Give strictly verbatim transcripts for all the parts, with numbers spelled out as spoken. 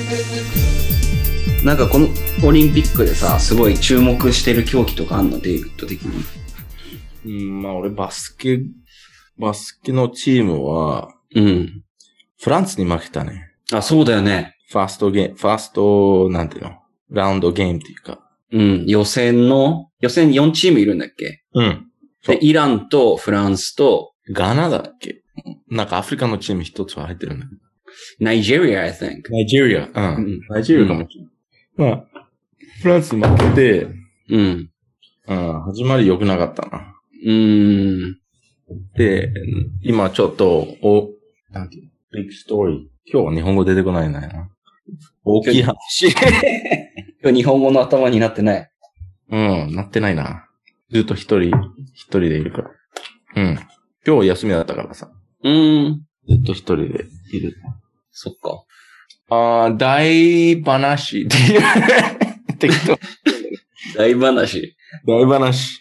なんかこのオリンピックでさ、すごい注目してる競技とかあんの、デイビッド的に。 うん、まあ俺バスケ、バスケのチームは、 うん。 フランスに負けたね。 あ、そうだよね。 ファーストゲーム、ファースト、なんていうのラウンドゲームっていうか。 うん。予選の、予選よんチームいるんだっけ？ うん。 で、イランとフランスと、 ガナだっけ？なんかアフリカのチーム一つは入ってるんだけど。 ナイジェリア、I think。 ナイジェリア。うん。 うん、 ナイジェリアかもしれない。まあ、フランスに負けて、 うん。 うん、始まり良くなかったな。 うーん。 で、今ちょっと、お、なんていうのビッグストーリー。今日は日本語出てこないんだよな。大きい話。 今日日本語の頭になってない。 うん、なってないな。ずっと一人、一人でいるから。うん。今日休みだったからさ。 うーん。 ずっと一人でいる。 そっか。 あー、大話っていう。適当。 大話。 大話。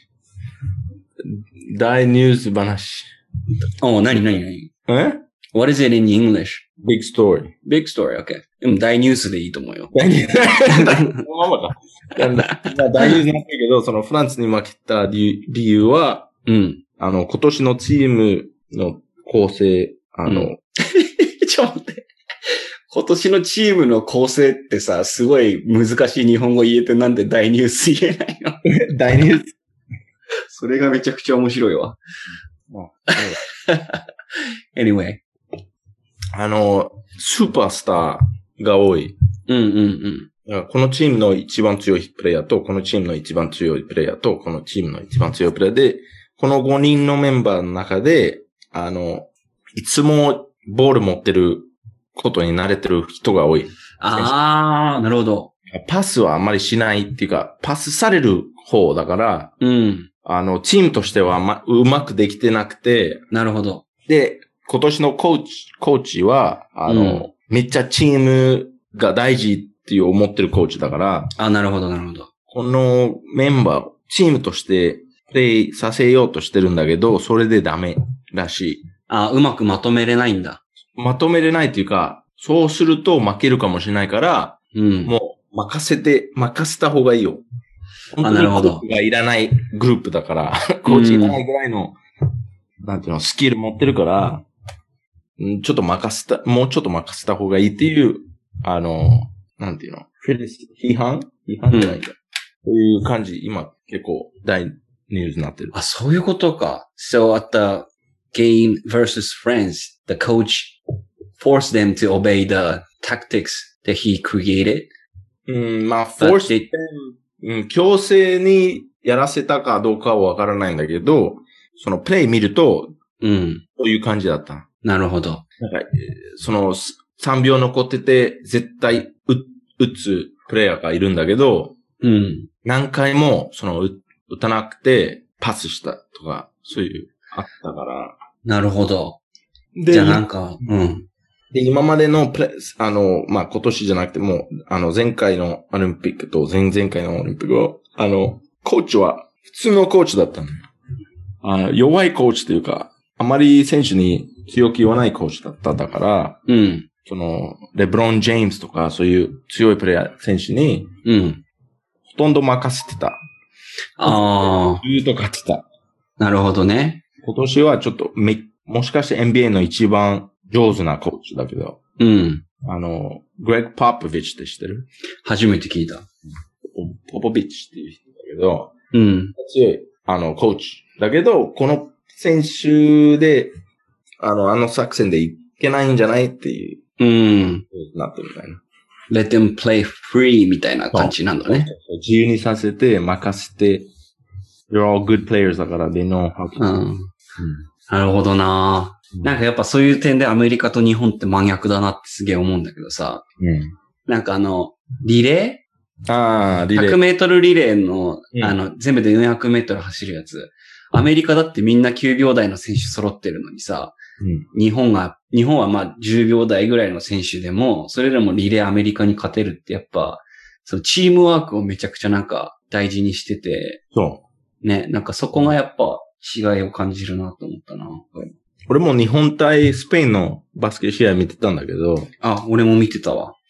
大ニュース話。 おう、なになになにえ ?What is it in English? Big story. Big story, okay. でも大ニュースでいいと思うよ。 大ニュース。そのままか。大ニュースなんだけど、そのフランスに負けた理由理由は、 うん。 あの、今年のチームの構成、あの、うん、 ちょっと待って。今年のチームの構成ってさ、すごい難しい日本語言えてなんで大ニュース言えないの？ 大ニュース。 それがめちゃくちゃ面白いわ。anyway。 あの、スーパースターが多い。 うんうんうん。このチームの一番強いプレイヤーと、このチームの一番強いプレイヤーと、このチームの一番強いプレイヤーで、このごにんのメンバーの中で、あの、いつもボール持ってることに慣れてる人が多い。 ああ、なるほど。 パスはあんまりしないっていうか、パスされる方だから、 うん。 あの、チームとしては、ま、うまくできてなくて。 なるほど。 で、今年のコーチ、コーチは、あの、うん、めっちゃチームが大事っていう思ってるコーチだから。 あ、なるほど、なるほど。 このメンバー、チームとしてプレイさせようとしてるんだけど、それでダメらしい。 あ、うまくまとめれないんだ。 まとめれないっていうか、そうすると負けるかもしれないから、うん、もう任せて、任せた方がいいよ。 あ、なるほど。 コーチがいらないグループだから、コーチいらないぐらいの、うん、なんていうの、スキル持ってるから、ちょっと任せた、もうちょっと任せた方がいいっていう、あの、なんていうの、批判批判じゃないか。と、うん、いう感じ、今結構大ニュースになってる。 あ、そういうことか。So at the game versus France, the coach forced them to obey the tactics that he created. うん、まあ、forced them、うん、強制にやらせたかどうかはわからないんだけど、そのプレイ見ると、うん、そういう感じだった。 なるほど。 なんか、そのさんびょう残ってて、絶対打、打つプレイヤーがいるんだけど、うん、何回も、その、打たなくて、パスしたとか、そういう、あったから。 なるほど。で、じゃあなんか、うん。 で、今までのプレイ、あの、まあ、今年じゃなくても、あの、前回のオリンピックと前々回のオリンピックは、あの、コーチは普通のコーチだったのよ。あの、弱いコーチというか、あまり選手に強く言わないコーチだっただから、うん。その、レブロン・ジェームズとか、そういう強いプレイヤー、選手に、うん。ほとんど任せてた。 ああ。 ずっと勝ってた。 なるほどね。 今年はちょっとめ、もしかして エヌビーエー の一番上手なコーチだけど。うん。あの、グレッグ・ポポビッチって知ってる？ 初めて聞いた。 ポポビッチっていう人だけど、 うん。 強い、あの、コーチ。だけど、この選手で、あの、あの作戦でいけないんじゃないっていう。 うん。 なってるみたいな。 Let them play free みたいな感じなんだね。 自由にさせて、任せて、They're all good players だから、they know how to do、うんうん。 なるほどな、うん、なんかやっぱそういう点でアメリカと日本って真逆だなってすげえ思うんだけどさ。うん、なんかあの、リレーああ、リレー。 ひゃくメートルリレーの、うん、あの、全部でよんひゃくメートル走るやつ。アメリカだってみんなきゅうびょう台の選手揃ってるのにさ、うん、日本が、日本はまあじゅうびょう台ぐらいの選手でも、それでもリレーアメリカに勝てるってやっぱ、そのチームワークをめちゃくちゃなんか大事にしてて、 そう。 ね、なんかそこがやっぱ違いを感じるなと思ったな。 俺も日本対スペインのバスケ試合見てたんだけど。 あ、俺も見てたわ。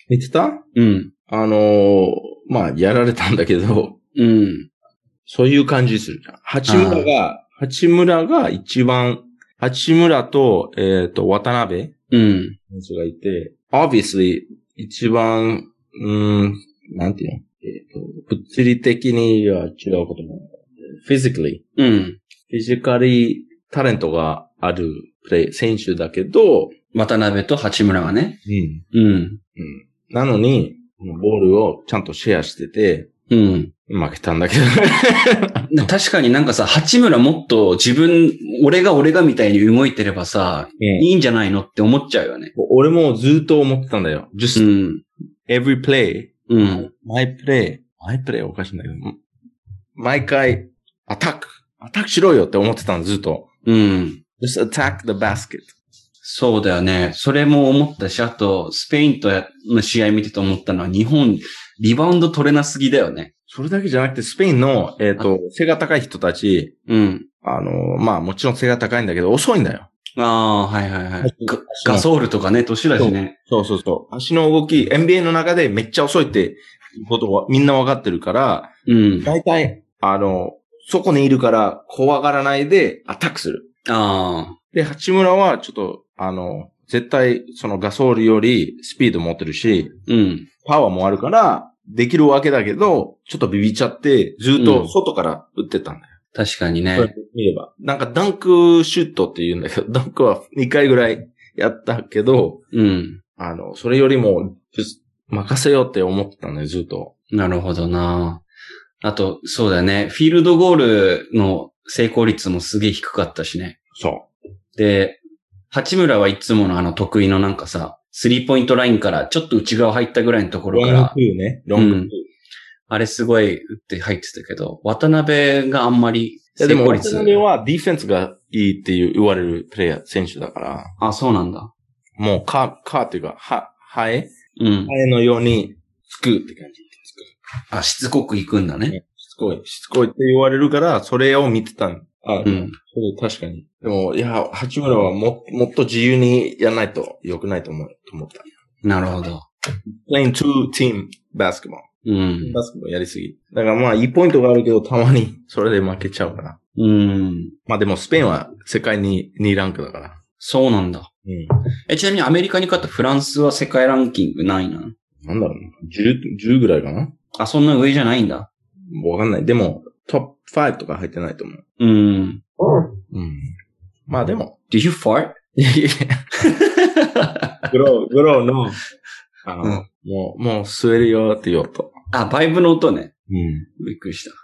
見てた？ うん。 あのー、まあ、やられたんだけど、 うん。 そういう感じするじゃん。八村が、八村が一番、八村と、えっ、ー、と、渡辺うん。 選手がいて、obviously、一番、うーん、なんていうの、えっ、ー、と、物理的には違うことも、physically、 うん。 フィジカリタレントがあるプレイ、選手だけど、 渡辺と八村がね。 うん。 うん。 うん。なのに、ボールをちゃんとシェアしてて、 うん。 負けたんだけど。 確かになんかさ、八村もっと自分、俺が俺がみたいに動いてればさ、うん、いいんじゃないのって思っちゃうよね。 俺もずっと思ってたんだよ。just、うん、every play、 うん、 my play、my play おかしいんだけど、毎回アタック、アタックしろよって思ってたのずっと。 うん。 just attack the basket。 そうだよね。それも思ったし、あと、スペインとの試合見てて思ったのは、日本、リバウンド取れなすぎだよね。 それだけじゃなくて、スペインの、えっと、背が高い人たち、 うん。 あの、まあもちろん背が高いんだけど、遅いんだよ。 ああ、はいはいはい。ガソールとかね、年だしね。 そうそうそう。足の動き、エヌビーエー の中でめっちゃ遅いってことはみんなわかってるから、 うん。 大体、あの、そこにいるから怖がらないでアタックする。 ああ。 で、八村はちょっと、あの、絶対そのガソールよりスピード持ってるし、 うん。 パワーもあるから、できるわけだけど、ちょっとビビっちゃって、ずっと外から打ってたんだよ。 うん、確かにね。 見れば。なんかダンクシュートって言うんだけど、ダンクはにかいぐらいやったけど、 うん。 あの、それよりも、任せようって思ってたんだよ、ずっと。 なるほどな。あと、そうだよね。フィールドゴールの成功率もすげえ低かったしね。 そう。 で、八村はいつものあの得意のなんかさ、スリーポイントラインからちょっと内側入ったぐらいのところから。 ロングツーね。ロングツー。うん、 あれすごい打って入ってたけど、渡辺があんまり成功率。でも渡辺はディフェンスがいいっていう言われるプレイヤー、選手だから。 あ、そうなんだ。 もう、カー、カーっていうか、は、ハエうん。 ハエのようにつくって感じ。 あ、しつこく行くんだね。 しつこい。しつこいって言われるから、それを見てたの。あ、 うん。 それ確かに。でも、いや、八村はも、もっと自由にやらないと良くないと思う、と思った。 なるほど。 playing two team basketball。 うん。 バスケットやりすぎ。だからまあ、いいポイントがあるけど、たまにそれで負けちゃうから。 うん。 まあでも、スペインは世界ににランクだから。 そうなんだ。 うん。 え、ちなみにアメリカに勝ったフランスは世界ランキング何位なの？ なんだろうな。じゅう、じゅうぐらいかな？ あ、そんな上じゃないんだ。 わかんない。でも、トップごとか入ってないと思う。 うん。 うん。まあでも。 Did you fart? いやいや。グロー、グローの、あの、うん、もう、もう吸えるよって言おうと。 あ、バイブの音ね。 うん。 びっくりした。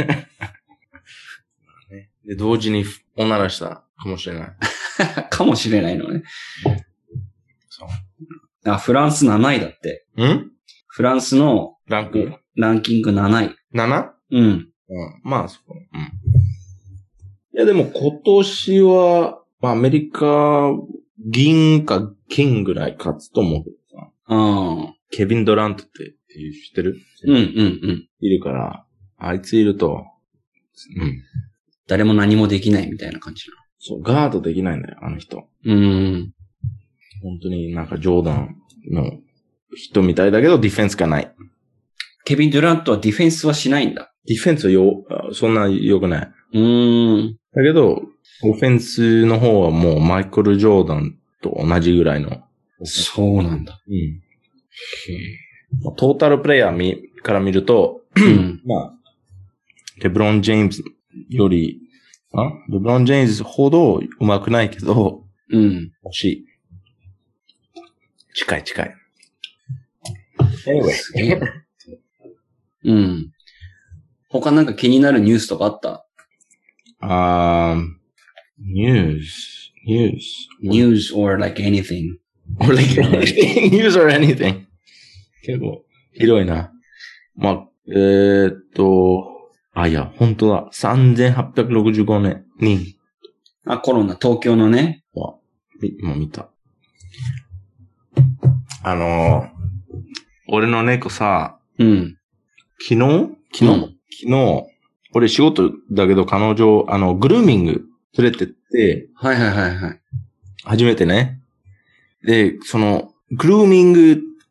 で、同時におならしたかもしれない。 かもしれないのね。 そう。 あ、フランスなないだって。 ん？ フランスのランクランキングなない。 なな？ うん。うん。 まあ、そう。うん。いや、でも今年は、まあ、アメリカ、銀か金ぐらい勝つと思うけどさ。 ああ。 ケビン・ドラントって知ってる？ うんうんうん。 いるから、あいついると、うん。 誰も何もできないみたいな感じな。 そう、ガードできないんだよ、あの人。 うーん。 本当になんかジョーダンの人みたいだけど、ディフェンスがない。 ケビン・ドゥラントはディフェンスはしないんだ。 ディフェンスはよ、そんな良くない。 うーん。 だけど、オフェンスの方はもうマイケル・ジョーダンと同じぐらいの。 そうなんだ。 うん。トータルプレイヤーみから見ると、 うん、 まあ、レブロン・ジェームズより、あレブロン・ジェームズほど上手くないけど、 うん。 惜しい。近い近い。Anyway。 うん。他なんか気になるニュースとかあった？ あー、ニュース、ニュース。 news or like anything. or like anything. news or anything. 結構、広いな。まあ、えー、っと、あ、いや、本当だ。さんぜんはっぴゃくろくじゅうごにん。 あ、コロナ、東京のね。 あ、もう見た。あのー、俺の猫さ、 うん。 昨日昨日、うん、昨日、俺仕事だけど彼女、あの、グルーミング連れてって、 はいはいはいはい。 初めてね。で、その、グルーミング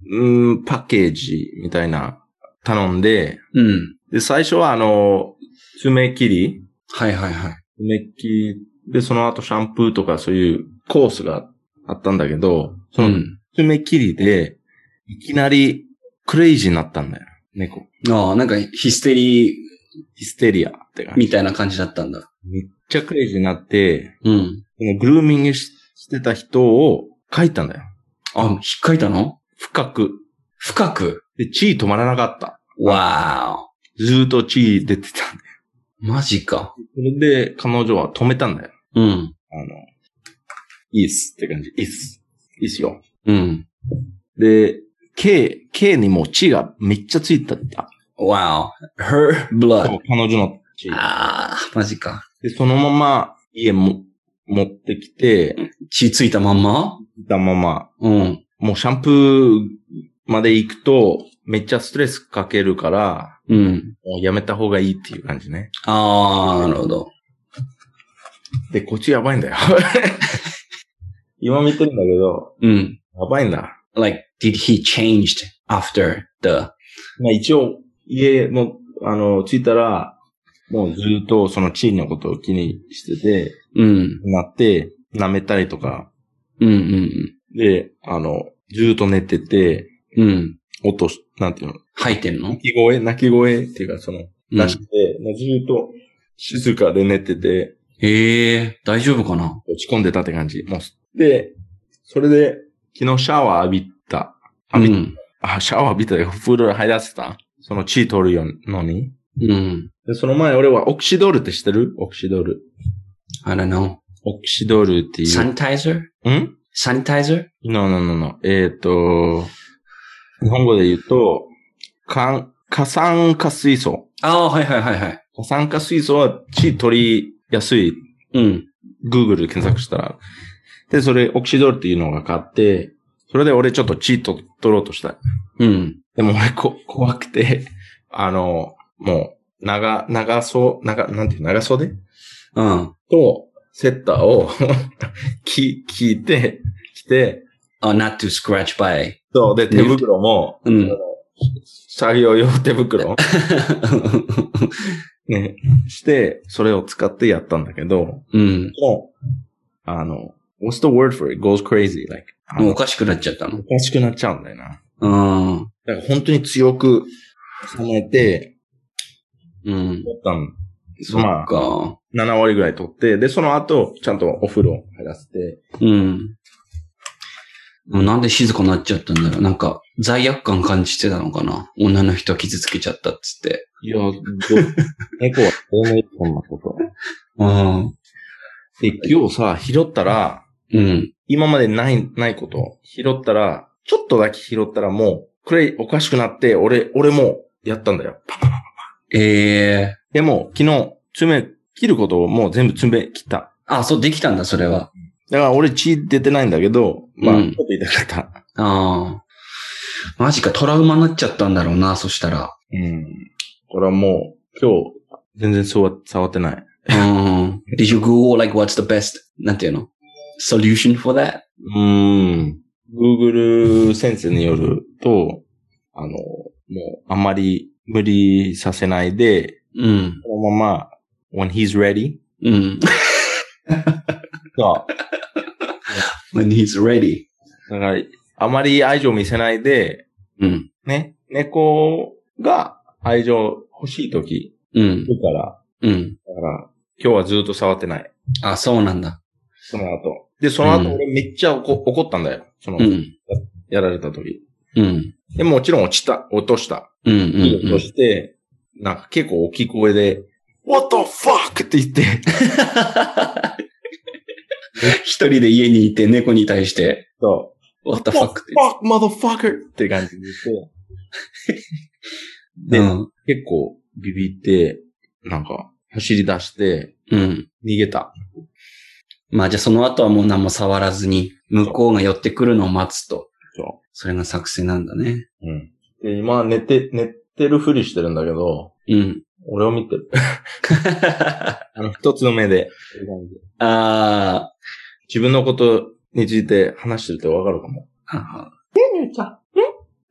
うん、パッケージみたいな頼んで、 うん。 で、最初はあの、爪切りはいはいはい。 爪切りで、その後シャンプーとかそういうコースがあったんだけど、その爪切りで、いきなりクレイジーになったんだよ、猫。 ああ、なんかヒステリー、 ヒステリアって感じ。 みたいな感じだったんだ。 めっちゃクレイジーになって、 うん。 グルーミングしてた人を書いたんだよ。 あ、引っかいたの？ 深く。 深く。 で、血止まらなかった。 わー。ずーっと血出てたんだよ。 マジか。 それで、彼女は止めたんだよ。 うん。 あの、いいっすって感じ。いいっす。いいっすよ。 うん。 で、K、K にも血がめっちゃついてた。 Wow. Her blood. 彼女の血。 ああ、マジか。 で、そのまま家も持ってきて、 血ついたまんま？ ついたまま。 うん。 もうシャンプーまで行くと、めっちゃストレスかけるから、 うん。 もうやめた方がいいっていう感じね。 ああ、なるほど。 で、こっちやばいんだよ。今見てるんだけど、 うん。 やばいんだ。 Like, did he changed after the... まあ一応、家も、あの、着いたら、もうずっとそのチーのことを気にしてて、 うん。 なって、舐めたりとか。 うんうんうん。 で、あの、ずっと寝てて、 うん。 音、なんていうの？ 吐いてんの？ 泣き声泣き声っていうか、その、出して、うん、ずっと静かで寝てて。 へえ、大丈夫かな？ 落ち込んでたって感じ。もう、で、それで、昨日シャワー浴びた。浴び、うん、あ、シャワー浴びたで、プール入らせた。その血取るよのに。 うん。 で、その前俺はオキシドールって知ってる？オキシドール。 I don't know. オキシドールっていう。 サニタイザー？んサニタイザー？ No, no, no, no. えっと、日本語で言うと、か過酸化水素。 ああ、はいはいはいはい。 過酸化水素は血取りやすい。 うん。 Google で検索したら。で、それ、オキシドールっていうのが買って、それで俺ちょっと血と取ろうとした。 うん。 でも俺こ、怖くて、あの、もう、長、長そう、長、なんていう、長袖うん。 と、セッターをき、聞いて、来て、 あ、not to scratch by. そう、で、手袋も、 うん。 作業用手袋ね、して、それを使ってやったんだけど、 うん。 もう、あの、what's the word for it? goes crazy, like. もうおかしくなっちゃったの？ おかしくなっちゃうんだよな。 うん。 だから本当に強く収めて、 うん。 取ったん。 そっか、まあ。 なな割ぐらい取って、で、その後、ちゃんとお風呂入らせて。 うん。もうなんで静かになっちゃったんだろう。なんか、罪悪感感じてたのかな。女の人傷つけちゃったっつって。 いや、ど猫はどうもそんなこと。 うん。 で、今日さ、拾ったら、 うん。 今までない、ないこと。拾ったら、ちょっとだけ拾ったらもう、これおかしくなって、俺、俺もやったんだよ。パパパパパ。 ええー。 でも、昨日、爪、切ることをもう全部爪切った。 あ、そう、できたんだ、それは。 だから俺血出てないんだけど、まあ、うん、ちょっと痛かった。 ああ。マジか、トラウマになっちゃったんだろうな、そしたら。 うん。これはもう、今日、全然触ってない。 うん。Did you Google, like, what's the best, なんていうの solution for that? うーん。Google 先生によると、あの、もう、あんまり無理させないで、 うん。 このまま、when he's ready. うん。 そう。 when he's ready. だから、あまり愛情見せないで、 うん。 ね、猫が愛情欲しいとき、 うん。 だから、 うん。 だから、今日はずっと触ってない。 あ、そうなんだ。 その後。で、その後俺めっちゃ怒、うん、怒ったんだよ。その、うん、やられたとき。 うん。 でももちろん落ちた、落とした。 うんうん、うん。 落として、なんか結構大きい声で、What the fuck! って言って。 一人で家にいて猫に対して、 そう。 What the fuck! って。 Fuck, motherfucker! って感じで言って。で、うん、結構ビビって、なんか走り出して、 うん。 逃げた。 まあじゃあその後はもう何も触らずに、向こうが寄ってくるのを待つと。 そう。 それが作戦なんだね。 うん。で、今寝て、寝てるふりしてるんだけど、 うん。 俺を見てる。あの、一つの目で。 ああ。 自分のことについて話してるとわかるかも。 ああ。 で、姉ちゃん。ん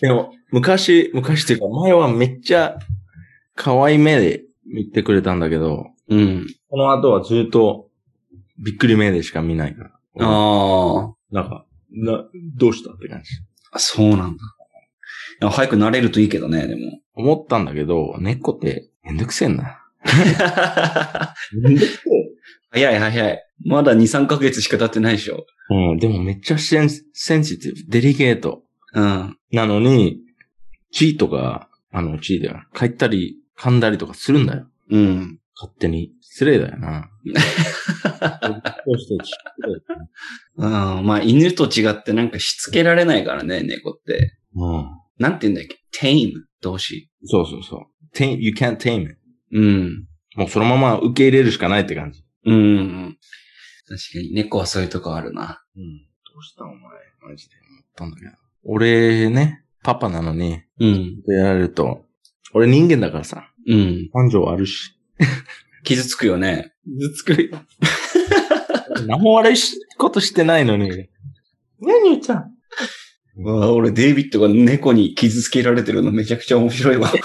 でも、昔、昔っていうか、前はめっちゃ可愛い目で見てくれたんだけど、 うん。 この後はずっとびっくり目でしか見ないから。 ああ。 なんか、な、どうしたって感じ。 あ、そうなんだ。いや早く慣れるといいけどね、でも。 思ったんだけど、猫ってめんどくせえんだ。めんどくせえ。 早い早い。まだに、さんかげつしか経ってないでしょ。 うん、でもめっちゃセン、センシティブ、デリケート。 うん。 なのに、血とか、あの、血で帰ったり、噛んだりとかするんだよ。 うん。 勝手に。失礼だよな。どうしてうん。まあ、犬と違ってなんかしつけられないからね、猫って。 うん。 なんて言うんだっけ ?tame 動詞。 そうそうそう。tame, you can't tame it. うん。 もうそのまま受け入れるしかないって感じ。 うん。確かに、猫はそういうとこあるな。 うん。どうしたお前、マジで思ったんだけど。俺ね、パパなのに、 うん。 やられると、俺人間だからさ、 うん。 感情あるし。 傷つくよね。 傷つくよ。何も悪いことしてないのに。何言っちゃうわあ、俺デイビッドが猫に傷つけられてるのめちゃくちゃ面白いわ。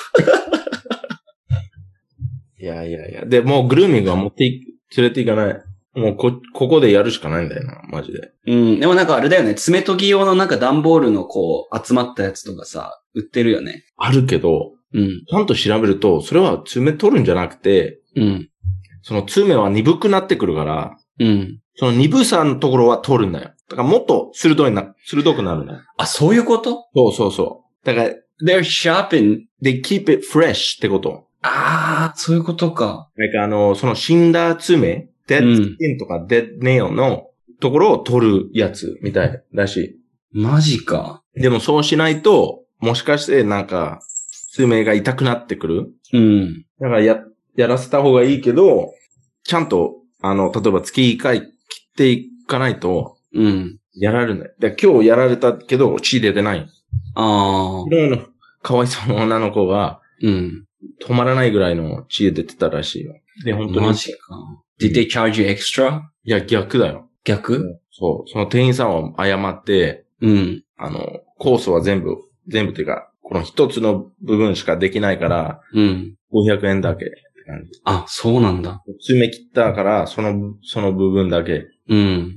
いやいやいや。で、もうグルーミングは持ってい、連れていかない。もうこ、ここでやるしかないんだよな、マジで。 うん。でもなんかあれだよね。爪研ぎ用のなんか段ボールのこう、集まったやつとかさ、売ってるよね。 あるけど、 うん。 ちゃんと調べると、それは爪取るんじゃなくて、 うん。 その爪は鈍くなってくるから、 うん。 その鈍さのところは取るんだよ。だからもっと鋭いな、鋭くなるね。 あ、そういうこと？ そうそうそう。だから、 they're sharpened. they keep it fresh ってこと。 ああ、そういうことか。 なんかあの、その死んだ爪、dead skin とか dead nail のところを取るやつみたいだし。 マジか。 でもそうしないと、もしかしてなんか、爪が痛くなってくる。 うん。 だからや、やらせた方がいいけど、ちゃんと、あの、例えば月いっかい切っていかないと、 うん。 やられるんだよ。で今日やられたけど、血出てない。 ああ。 昨日のかわいそうな女の子が、 うん。 止まらないぐらいの血出てたらしいよ。で、本当に。 マジか。Did they charge you extra? いや、逆だよ。 逆？ そう。その店員さんは謝って、 うん。 あの、コースは全部、全部っていうか、この一つの部分しかできないから、 うん。 ごひゃくえんだけって感じ。 あ、そうなんだ。 爪切ったから、その、その部分だけ。 うん。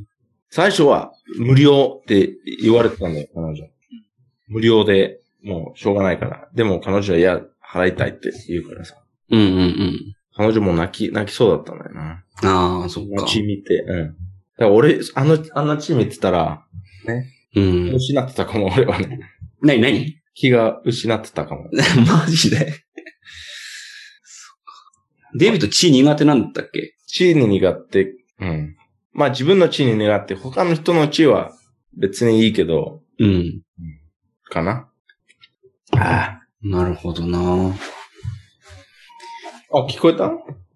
最初は無料って言われてたんだよ、彼女。無料で、もうしょうがないから。でも彼女はいや、払いたいって言うからさ。 うんうんうん。 彼女も泣き、泣きそうだったんだよな。 ああ、そっか。 血見て、うん。だから俺、あの、あんな血見てたら、ね。 うん。 失ってたかも、俺はね。 なになに？ 気が失ってたかも。 マジでデイビッド血苦手なんだっけ？ 血に苦手。うん。まあ自分の血に苦手。他の人の血は別にいいけど。 うん。 かな。ああ。 なるほどな。 あ、聞こえた？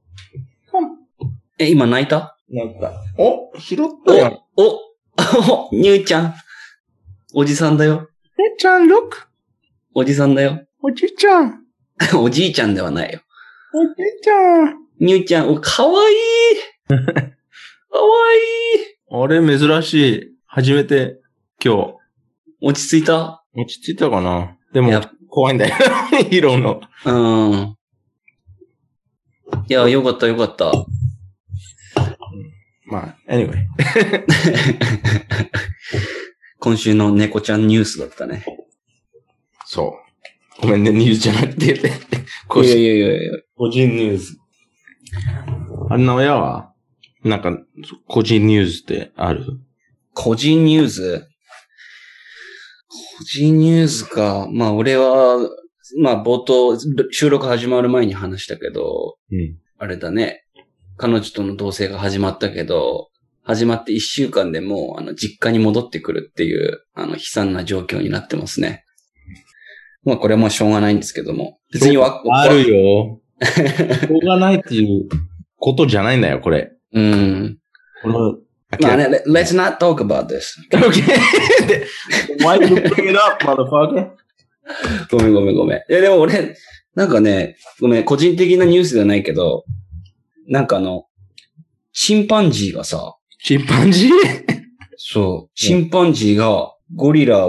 え、今泣いた？ なんか。お、拾ったよ。 お、お、お、ニューちゃん。おじさんだよ。 えちゃん、ロック。 おじさんだよ。 おじいちゃん。 おじいちゃんではないよ。 おじいちゃん。 ニューちゃん、お、かわいい。かわいい。 あれ、珍しい。初めて、今日。 落ち着いた？ 落ち着いたかな。でも、怖いんだよ。ヒーローの。 うん。いや、よかったよかった。 まあ、anyway。 今週の猫ちゃんニュースだったね。 そう。ごめんね、ニュースじゃなくて。 いやいやいやいや。 個人ニュース。あんな親はなんか、個人ニュースってある？ 個人ニュース？個人ニュースか。まあ俺は、まあ冒頭、収録始まる前に話したけど、 うん、 あれだね。彼女との同棲が始まったけど、始まって一週間でもう、あの、実家に戻ってくるっていう、あの、悲惨な状況になってますね。まあこれはもうしょうがないんですけども。別にわ、 あるよ。しょうがないっていうことじゃないんだよ、これ。 うん。 これまあね、let's not talk about this. Okay. Why did you bring it up, motherfucker? ごめんごめんごめん。いやでも俺、なんかね、ごめん、個人的なニュースじゃないけど、なんかあの、チンパンジーがさ、 チンパンジーそう、チンパンジーがゴリラを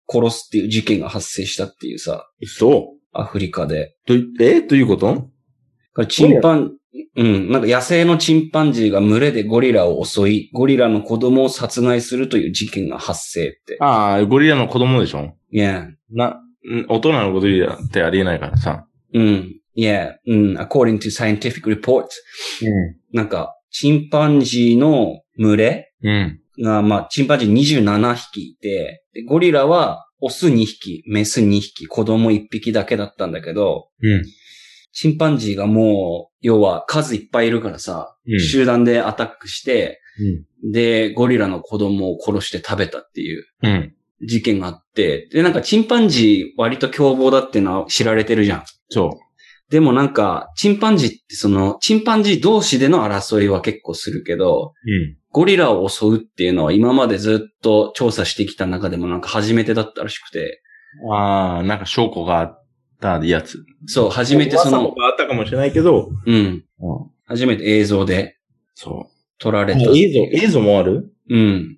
殺すっていう事件が発生したっていうさ。 そう。 アフリカで。 ど、えどういうこと？ チンパン、うん、なんか野生のチンパンジーが群れでゴリラを襲い、ゴリラの子供を殺害するという事件が発生って。 ああ、ゴリラの子供でしょ？ Yeah. な、大人のゴリラってありえないからさ。 うん。Yeah. うん。according to scientific reports. うん。なんか、チンパンジーの群れうん。 が、まあ、チンパンジーにじゅうななひきいて、でゴリラはオスにひき、メスにひき、子供いっぴきだけだったんだけど、 うん。 チンパンジーがもう、要は数いっぱいいるからさ、うん、集団でアタックして、うん、で、ゴリラの子供を殺して食べたっていう事件があって、で、なんかチンパンジー割と凶暴だっていうのは知られてるじゃん。 そう。 でもなんか、チンパンジーってその、チンパンジー同士での争いは結構するけど、うん、ゴリラを襲うっていうのは今までずっと調査してきた中でもなんか初めてだったらしくて。 ああ、なんか証拠があったやつ。 そう、初めてその。 噂もあったかもしれないけど。 うん。うん、初めて映像で。 そう。 撮られた。 映像、映像もある？ うん。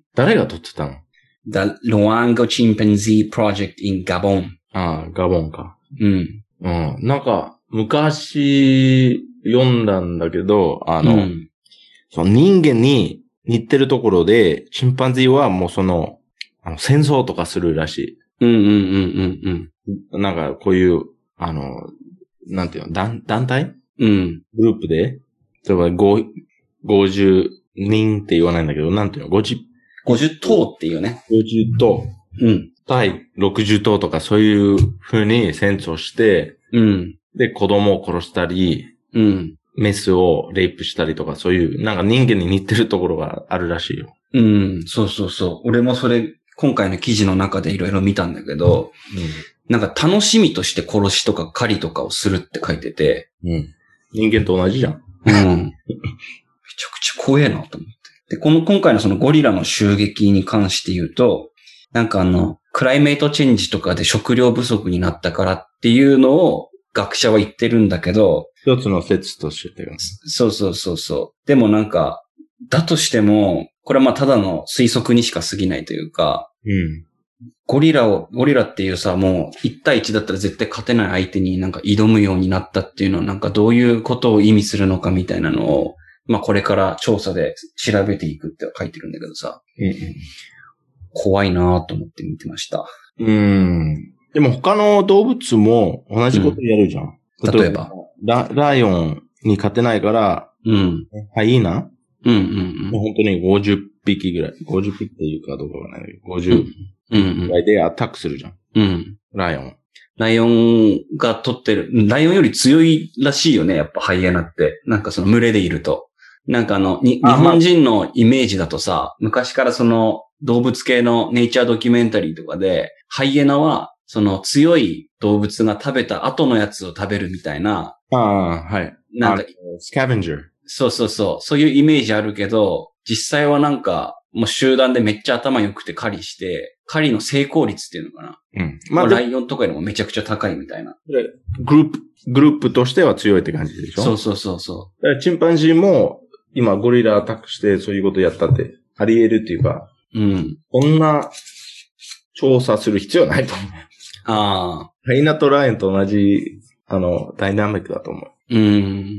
誰が撮ってたの？ The Luango Chimpanzee Project in Gabon。 ああ、ガボンか。 うん。 うん。なんか、昔読んだんだけど、あの、うん、その人間に似てるところで、チンパンジーはもうその、あの戦争とかするらしい。 うんうんうんうんうん。なんかこういう、あの、なんていうの、団、団体？ うん。 グループで、例えばごじゅうにんって言わないんだけど、なんていうの、ごじゅう、 ごじゅう頭っていうね。 ごじゅう頭。 うん。 対ろくじゅう頭とかそういう風に戦争して、 うん。 で、子供を殺したり、 うん。 メスをレイプしたりとか、そういう、なんか人間に似てるところがあるらしいよ。 うん、そうそうそう。俺もそれ、今回の記事の中でいろいろ見たんだけど、うん、なんか楽しみとして殺しとか狩りとかをするって書いてて。 うん。人間と同じじゃん。 うん。めちゃくちゃ怖えなと思って。で、この今回のそのゴリラの襲撃に関して言うと、なんかあの、クライメイトチェンジとかで食料不足になったからっていうのを学者は言ってるんだけど、 一つの説としてる。 そうそうそうそう。でもなんか、だとしても、これはまあただの推測にしか過ぎないというか、 うん。 ゴリラを、ゴリラっていうさ、もう一対一だったら絶対勝てない相手になんか挑むようになったっていうのはなんかどういうことを意味するのかみたいなのを、まあこれから調査で調べていくって書いてるんだけどさ、 うんうん、 怖いなぁと思って見てました。 うん。でも他の動物も同じことやるじゃん。 うん、例えばラ、ライオンに勝てないから、 うん。 ハイーナうんうんうん。 本当にごじゅっぴきぐらい。ごじゅっぴきっていうかどうかわからないけど、ごじゅうぐらいでアタックするじゃん。 うん。 ライオン。 ライオンが取ってる。ライオンより強いらしいよね、やっぱハイエナって。なんかその群れでいると。なんかあの、に、日本人のイメージだとさ、昔からその動物系のネイチャードキュメンタリーとかで、ハイエナはその強い動物が食べた後のやつを食べるみたいな。 ああ、はい。 なんか、 スキャベンジャー。 そうそうそう。そういうイメージあるけど、実際はなんか、もう集団でめっちゃ頭良くて狩りして、狩りの成功率っていうのかな。 うん。 まあ、ライオンとかよりもめちゃくちゃ高いみたいな。 グループ、グループとしては強いって感じでしょ？ そうそうそうそう。 だからチンパンジーも、今ゴリラアタックしてそういうことやったって、あり得るっていうか、 うん。 こんな調査する必要ないと思う。 ああ。 ハイナとライオンと同じ、あの、ダイナミックだと思う。 うん。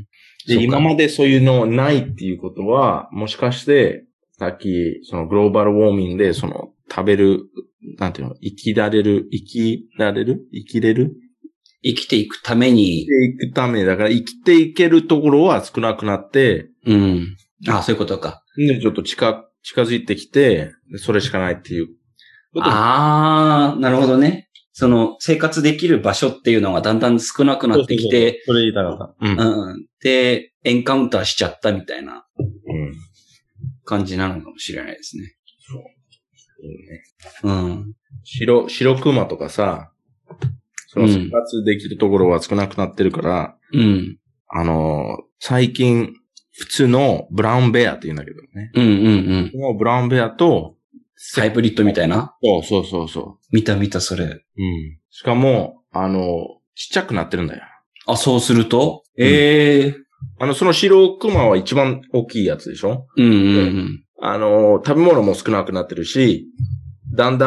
で、今までそういうのないっていうことは、もしかして、さっき、そのグローバルウォーミングで、その、食べる、なんていうの、生きられる、生きられる生きれる生きていくために。 生きていくため、だから生きていけるところは少なくなって、 うん。ああ、そういうことか。 で、ちょっと近、近づいてきて、それしかないっていう。 ああ、なるほどね。その、生活できる場所っていうのがだんだん少なくなってきて、 それ言いたかった。 うん。うん。で、エンカウンターしちゃったみたいな。 うん。 感じなのかもしれないですね。 そう。 うん。 白、白熊とかさ、その生活できるところは少なくなってるから、 うん。 あの、最近、普通のブラウンベアって言うんだけどね。 うんうんうん。 そのブラウンベアと、 ハイブリッドみたいな？ そうそうそうそう。 見た見たそれ。 うん。しかも、あの、ちっちゃくなってるんだよ。 あ、そうすると、うん、ええー。 あの、その白熊は一番大きいやつでしょ？ うんうんうん。 あの、食べ物も少なくなってるし、だんだん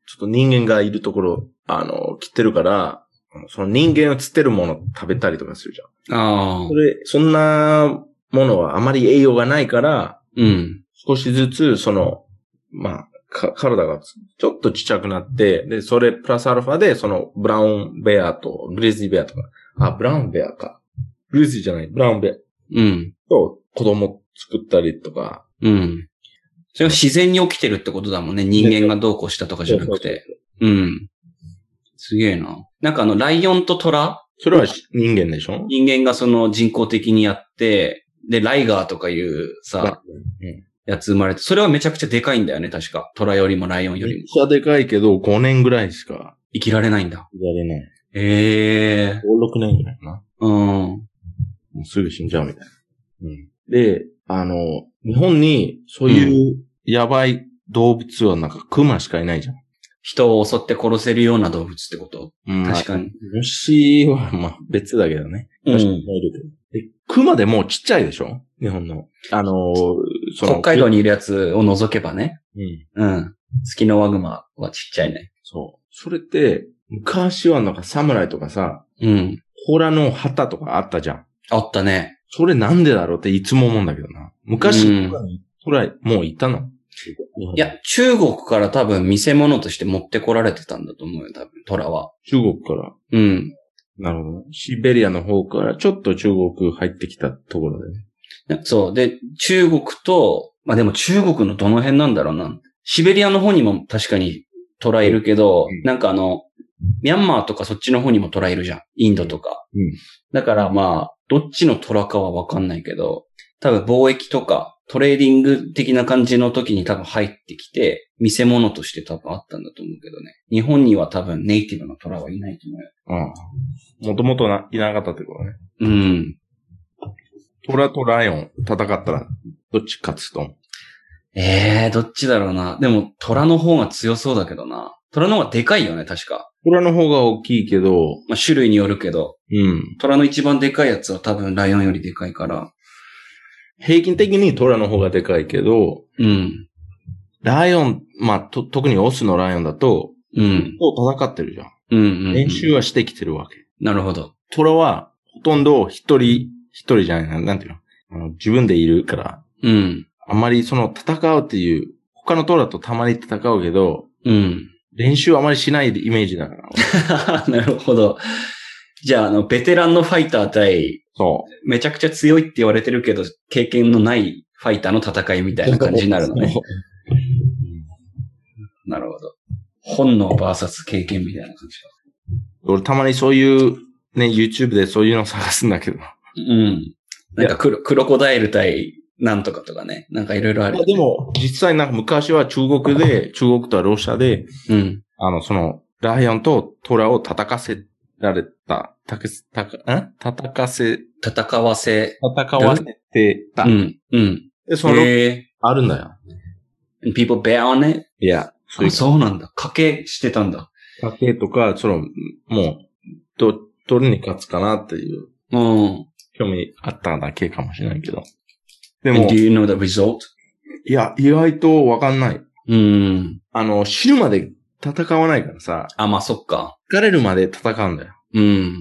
ちょっと人間がいるところ、あの、来てるから、その人間を釣ってるもの食べたりとかするじゃん。 ああ。 それ、そんなものはあまり栄養がないから、 うん。 少しずつ、その、まあ、か、体がちょっとちっちゃくなって、で、それプラスアルファで、その、ブラウンベアと、グリズリーベアとか、あ、ブラウンベアか。グリズリーじゃない、ブラウンベア。 うん。 と、子供作ったりとか。 うん。それが自然に起きてるってことだもんね。人間がどうこうしたとかじゃなくて。うん。すげえな。なんかあの、ライオンとトラ？ それは人間でしょ？ 人間がその人工的にやって、で、ライガーとかいうさ、うん、やつ生まれて、それはめちゃくちゃでかいんだよね、確か。トラよりもライオンよりも。 めっちゃでかいけど、ごねんぐらいしか。 生きられないんだ。 生きられない。 ええー。 ご、ろくねんぐらいかな。 うん。 もうすぐ死んじゃうみたいな。うん。で、あの、日本にそういうやばい動物はなんかクマしかいないじゃん。 人を襲って殺せるような動物ってこと？うん、確かに。 虫はまあ別だけどね。確かにいるけど。え、クマでもちっちゃいでしょ？日本の。あのー、 その。北海道にいるやつを除けばね。 うん。 うん。ツキノワグマはちっちゃいね。 そう。それって、昔はなんか侍とかさ、 うん。 ホラの旗とかあったじゃん。 あったね。 それなんでだろうっていつも思うんだけどな。昔、うん、それもういたの？ いや、中国から多分見せ物として持ってこられてたんだと思うよ、多分、トラは。 中国から。 うん。 なるほど。シベリアの方からちょっと中国入ってきたところでね。そう。で、中国と、まあでも中国のどの辺なんだろうな。シベリアの方にも確かにトラいるけど、うん、なんかあの、ミャンマーとかそっちの方にもトラいるじゃん。インドとか。 うん。 だからまあ、どっちのトラかはわかんないけど、多分貿易とかトレーディング的な感じの時に多分入ってきて、見せ物として多分あったんだと思うけどね。日本には多分ネイティブのトラはいないと思うよ。 ああ。もともといなかったってことね。 うん。 トラとライオン戦ったらどっち勝つと思う？ ええー、どっちだろうな。でもトラの方が強そうだけどな。トラの方がでかいよね、確か。 トラの方が大きいけど。 まあ種類によるけど。 うん。 トラの一番でかいやつは多分ライオンよりでかいから。 平均的にトラの方がでかいけど、 うん。 ライオン、まあ、と、特にオスのライオンだと、 うん。 と戦ってるじゃん。 うんうん、うん。 練習はしてきてるわけ。 なるほど。 トラは、ほとんど一人、一人じゃないな、なんていうのあの自分でいるから。 うん。 あんまりその戦うっていう、他のトラとたまに戦うけど、 うん。 練習あまりしないイメージだから。なるほど。じゃあ、あの、ベテランのファイター対、 そう。 めちゃくちゃ強いって言われてるけど、経験のないファイターの戦いみたいな感じになるのね。なるほど。本能バーサス経験みたいな感じ。 俺たまにそういう、ね、YouTube でそういうの探すんだけど。 うん。なんかクロ、クロコダイル対なんとかとかね。なんかいろいろある、ね。 でも、実際なんか昔は中国で、中国とロシアで、 うん。 あの、その、ライオンとトラを戦わせられた。たく、たか、ん戦かせ、 戦わせ、 戦わせてた。 うん、うん。 で、その、あるんだよ。 people bet on it? いや。 あ、そうなんだ。賭けしてたんだ。 賭けとか、その、もう、ど、どれに勝つかなっていう。 うん。 興味あっただけかもしれないけど。でも。 And do you know the result? いや、意外とわかんない。 うん。 あの、死ぬまで戦わないからさ。 あ、まあ、そっか。 疲れるまで戦うんだよ。 うん。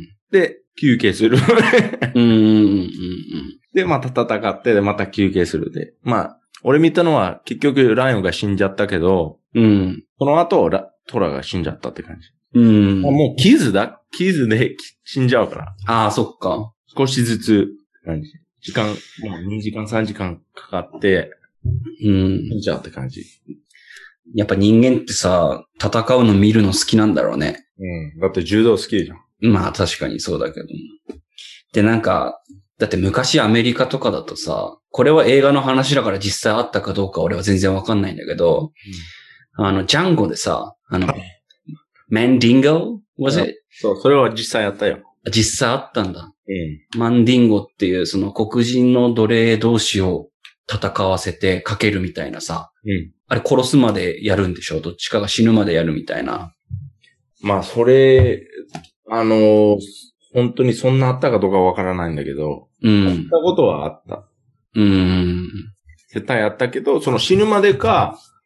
で、休憩する。 うんうんうんうん。 で、また戦って、で、また休憩するで。まあ、俺見たのは結局ライオンが死んじゃったけど、 うん。 その後、ラトラが死んじゃったって感じ。 うん。 もう傷だ傷で死んじゃうから。 ああ、そっか。 少しずつ、感じ。時間、もうにじかんさんじかんかかって、 うん。 死んじゃうって感じ。 やっぱ人間ってさ、戦うの見るの好きなんだろうね。 うん。だって柔道好きじゃん。 まあ確かにそうだけど。で、なんか、だって昔アメリカとかだとさ、これは映画の話だから実際あったかどうか俺は全然わかんないんだけど、うん、あの、ジャンゴでさ、あの、マンディンゴ was it? そう、それは実際あったよ。 実際あったんだ。 うん。 マンディンゴっていうその黒人の奴隷同士を戦わせてかけるみたいなさ。 うん。 あれ殺すまでやるんでしょ？どっちかが死ぬまでやるみたいな。 まあ、それ、あのー、本当にそんなあったかどうかわからないんだけど、 うん。 あったことはあった。 うん。 絶対あったけど、その死ぬまでか、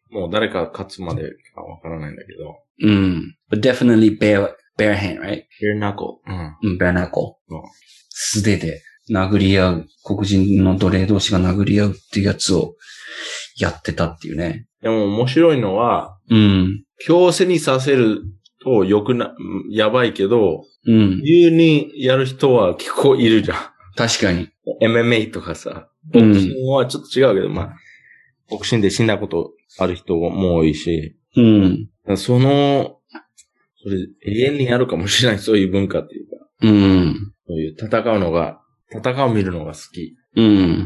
もう誰か勝つまでかわからないんだけど。 うん。But definitely bare, bare hand, right? bare knuckle. うん。bare knuckle. 素手で殴り合う。黒人の奴隷同士が殴り合うっていうやつをやってたっていうね。 でも面白いのは、 うん。 強制にさせるとよくな、やばいけど、 うん。 自由にやる人は結構いるじゃん。 確かに。 エムエムエー とかさ。ボクシングはちょっと違うけど、うん、まあ、ボクシングで死んだことある人も多いし。 うん。 その、それ永遠にやるかもしれない、そういう文化っていうか。 うん。 そういう戦うのが、戦う見るのが好き。 うん。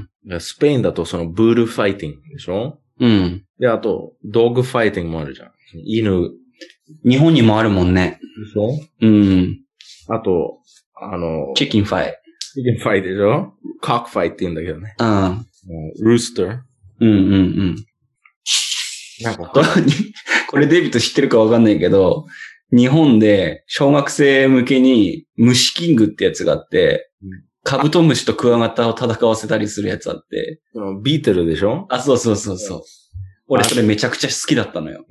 スペインだとそのブールファイティングでしょ？ うん。 で、あと、ドッグファイティングもあるじゃん。犬。 日本にもあるもんね。 でしょ？ うん。 あと、あの、 チキンファイ。 チキンファイでしょ？コックファイって言うんだけどね。 うん。 ルースター。 うんうんうん。なんか、これデビット知ってるかわかんないけど、日本で小学生向けに虫キングってやつがあって、うん、カブトムシとクワガタを戦わせたりするやつあって。 ビートルでしょ？ あ、そうそうそうそう。俺それめちゃくちゃ好きだったのよ。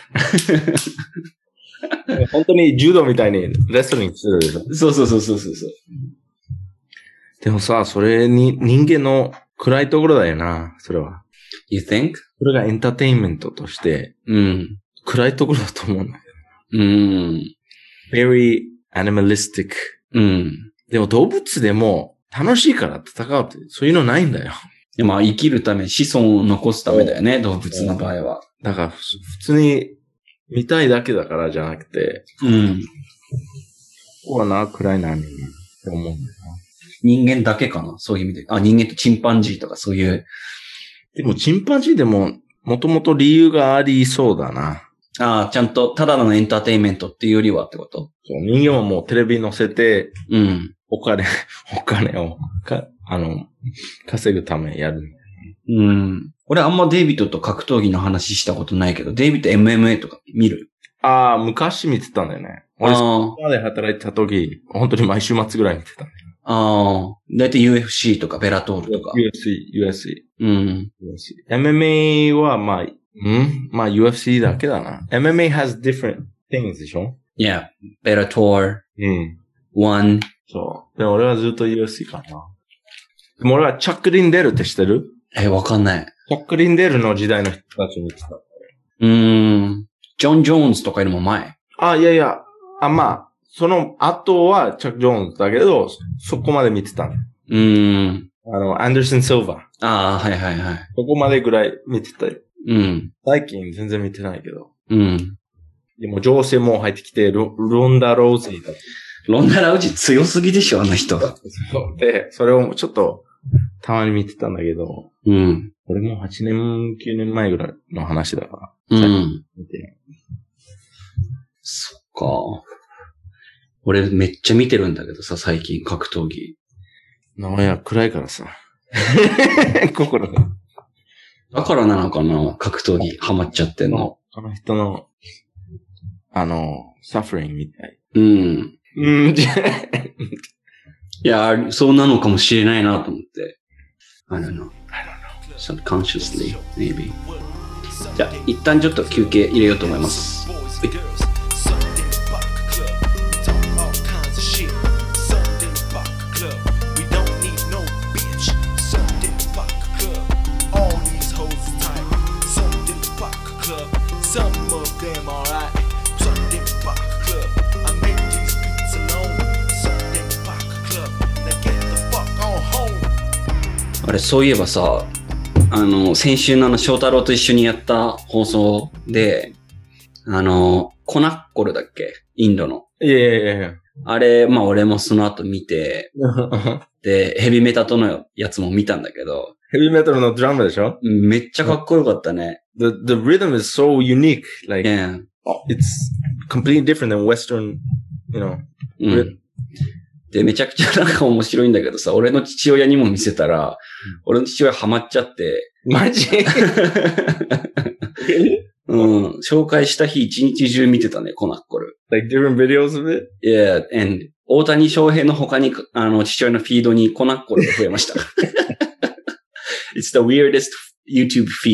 本当に柔道みたいにレスリングするでしょ？ そうそうそうそうそう。 でもさ、それに人間の暗いところだよな、それは。 You think? それがエンターテインメントとして、 うん。 暗いところだと思うんだけど。うん。 very animalistic. うん。 でも動物でも楽しいから戦うって、そういうのないんだよ。 でまあ生きるため、子孫を残すためだよね、動物の場合は。 だから普通に見たいだけだからじゃなくて、 うん。 ここはな、暗いな、みんなって思うんだよな。 人間だけかな、そういう意味で。あ、人間とチンパンジーとかそういう。 でもチンパンジーでも、もともと理由がありそうだな。 ああ、ちゃんと、ただのエンターテインメントっていうよりはってこと？ そう、人間はもうテレビ載せて、 うん。 お金、お金を、か、あの、稼ぐためやる。 うん。俺あんまデイビッドと格闘技の話したことないけど、デイビッド エムエムエー とか見る？ ああ、昔見てたんだよね。俺、そこまで働いてた時、本当に毎週末ぐらい見てたんだよ。 ああ、だいたい ユーエフシー とかベラトールとか。 ユーエフシー、ユーエフシー。うん。 ユーエフシー。エムエムエー は、まあ、うんまあ ユーエフシー だけだな。エムエムエー has different things でしょ？ Yeah. ベラトール。 うん。 One。 そう。でも俺はずっと ユーエフシー かな。でも俺はチャック・リンデールって知ってる？ え、わかんない。 チャック・リンデールの時代の人たち見てた。 うーん。ジョン・ジョーンズとかよりも前。 あ、いやいや。あ、まあ、その後はチャック・ジョーンズだけど、そこまで見てたの。 うーん。 あの、アンダーソン・シルバー。 ああ、はいはいはい。 そこまでぐらい見てたよ。 うん。 最近全然見てないけど。 うん。 でも、情勢も入ってきて、ロ, ロンダ・ローズイだ。 ロンダ・ラウジ強すぎでしょ、あの人。 そうで、それをちょっと、たまに見てたんだけど。 うん。 これもはちねん、きゅうねんまえぐらいの話だから。うん。見てそっか。俺めっちゃ見てるんだけどさ、最近格闘技。 名前は暗いからさ。心が。 だからなのかな、格闘技ハマっちゃってんの。 この人の、あの、サフリングみたい。 うん。 うん、じゃいや、そうなのかもしれないなと思って。I don't know. I don't know. Subconsciously, maybe. じゃあ、一旦ちょっと休憩入れようと思います。あれ、そういえばさ、あの、先週のあの、翔太郎と一緒にやった放送で、あの、コナッコルだっけ？インドの。 いやいやいやあれ、まあ俺もその後見て、で、ヘビメタとのやつも見たんだけど。 ヘビメタルのドラムでしょ？ めっちゃかっこよかったね。 The, the rhythm is so unique. Like, yeah. It's completely different than Western, you know. うん。で、めちゃくちゃなんか面白いんだけどさ、俺の父親にも見せたら、うん、俺の父親ハマっちゃって。 マジうん。紹介した日一日中見てたね、コナッコル。 Like different videos of it? Yeah, and 大谷翔平の他に、あの、父親のフィードにコナッコルが増えました。It's the weirdest YouTube feed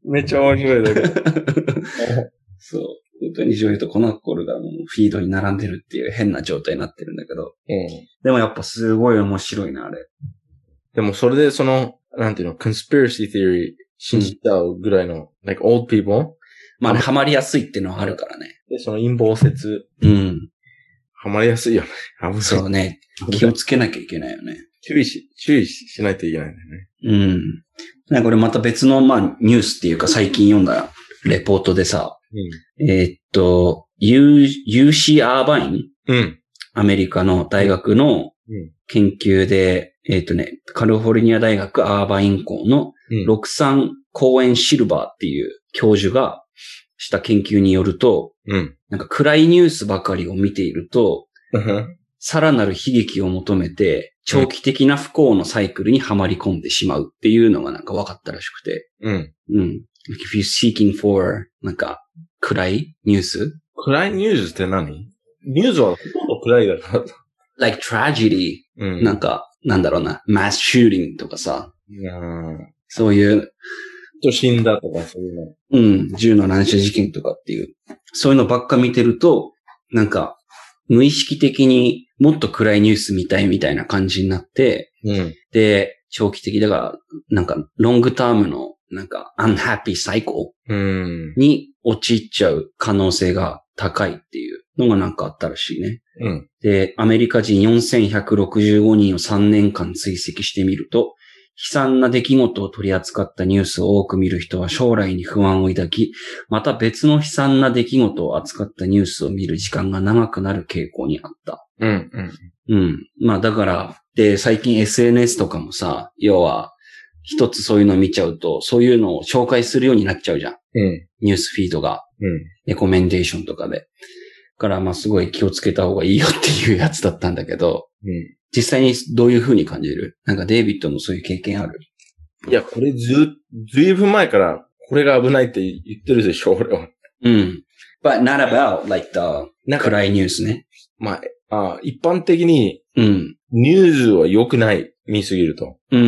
めっちゃ面白いだけど。 そう。本当にジョイとコナッコルがもうフィードに並んでるっていう変な状態になってるんだけど。 うん。 でもやっぱすごい面白いな、あれ。 でもそれでその、なんていうの、conspiracy theory 信じちゃうぐらいの、うん、like old people? まあね、ハマりやすいっていうのはあるからね。 で、その陰謀説。 うん。 ハマりやすいよね。 そうね。気をつけなきゃいけないよね。 注意し、注意しないといけないんだよね。 うん。なんかこれまた別の、まあ、ニュースっていうか最近読んだレポートでさ、うん、えー、っと、ユーシー アーバイン、 うん、 アメリカの大学の研究で、うん、えー、っとね、カリフォルニア大学アーバイン校のロクサン・コーエン・シルバーっていう教授がした研究によると、 うん、 なんか暗いニュースばかりを見ていると、 うん、 さらなる悲劇を求めて、長期的な不幸のサイクルにはまり込んでしまうっていうのがなんか分かったらしくて。 うん。 うん。If you're seeking for, なんか、暗いニュース暗いニュースって何？ニュースはほとんど暗いだから。 like tragedy、うん。なんか、なんだろうな、mass shooting とかさ。 うん。 そういう。 人死んだとかそういうの。 うん。銃の乱射事件とかっていう。そういうのばっか見てると、なんか、無意識的にもっと暗いニュース見たいみたいな感じになって、 うん、 で、長期的だから、なんか、ロングタームの、なんか、unhappy cycle に陥っちゃう可能性が高いっていうのがなんかあったらしいね。 うん、 で、アメリカ人よんせんひゃくろくじゅうごにんをさんねんかん追跡してみると、悲惨な出来事を取り扱ったニュースを多く見る人は将来に不安を抱き、また別の悲惨な出来事を扱ったニュースを見る時間が長くなる傾向にあった。 うん、うん。 うん。まあだから、で、最近 エスエヌエス とかもさ、要は、一つそういうのを見ちゃうと、そういうのを紹介するようになっちゃうじゃん。 うん。 ニュースフィードが。 うん。 レコメンデーションとかで。だからまあすごい気をつけた方がいいよっていうやつだったんだけど、 うん。 実際にどういう風に感じる？なんかデイビッドもそういう経験ある？ いや、これず、ずいぶん前から、これが危ないって言ってるでしょ、俺は。 うん。But not about, like the 暗いニュースね。 まあ、あ一般的に、 うん。 ニュースは良くない、見すぎると。 うん。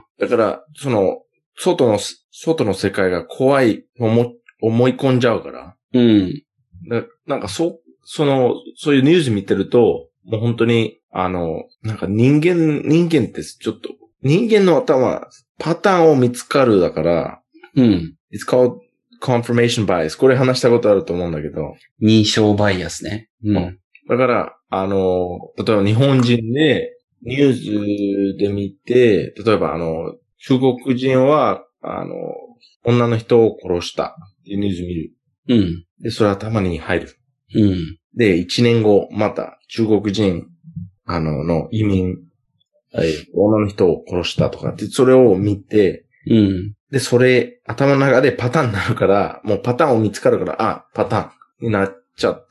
だから、その、外の、外の世界が怖い、思、思い込んじゃうから。 うん。 だなんか、そ、その、そういうニュース見てると、もう本当に、あの、なんか人間、人間ってちょっと、人間の頭、パターンを見つかるだから、 うん。 It's called confirmation bias. これ話したことあると思うんだけど。 認証バイアスね。うん。 だから、あの、例えば日本人で、ニュースで見て、例えばあの、中国人は、あの、女の人を殺したっていうニュース見る。 うん。 で、それ頭に入る。 うん。 で、一年後、また中国人、あの、の移民、女の人を殺したとかって、それを見て、 うん。 で、それ、頭の中でパターンになるから、もうパターンを見つかるから、あ、パターンになっちゃって、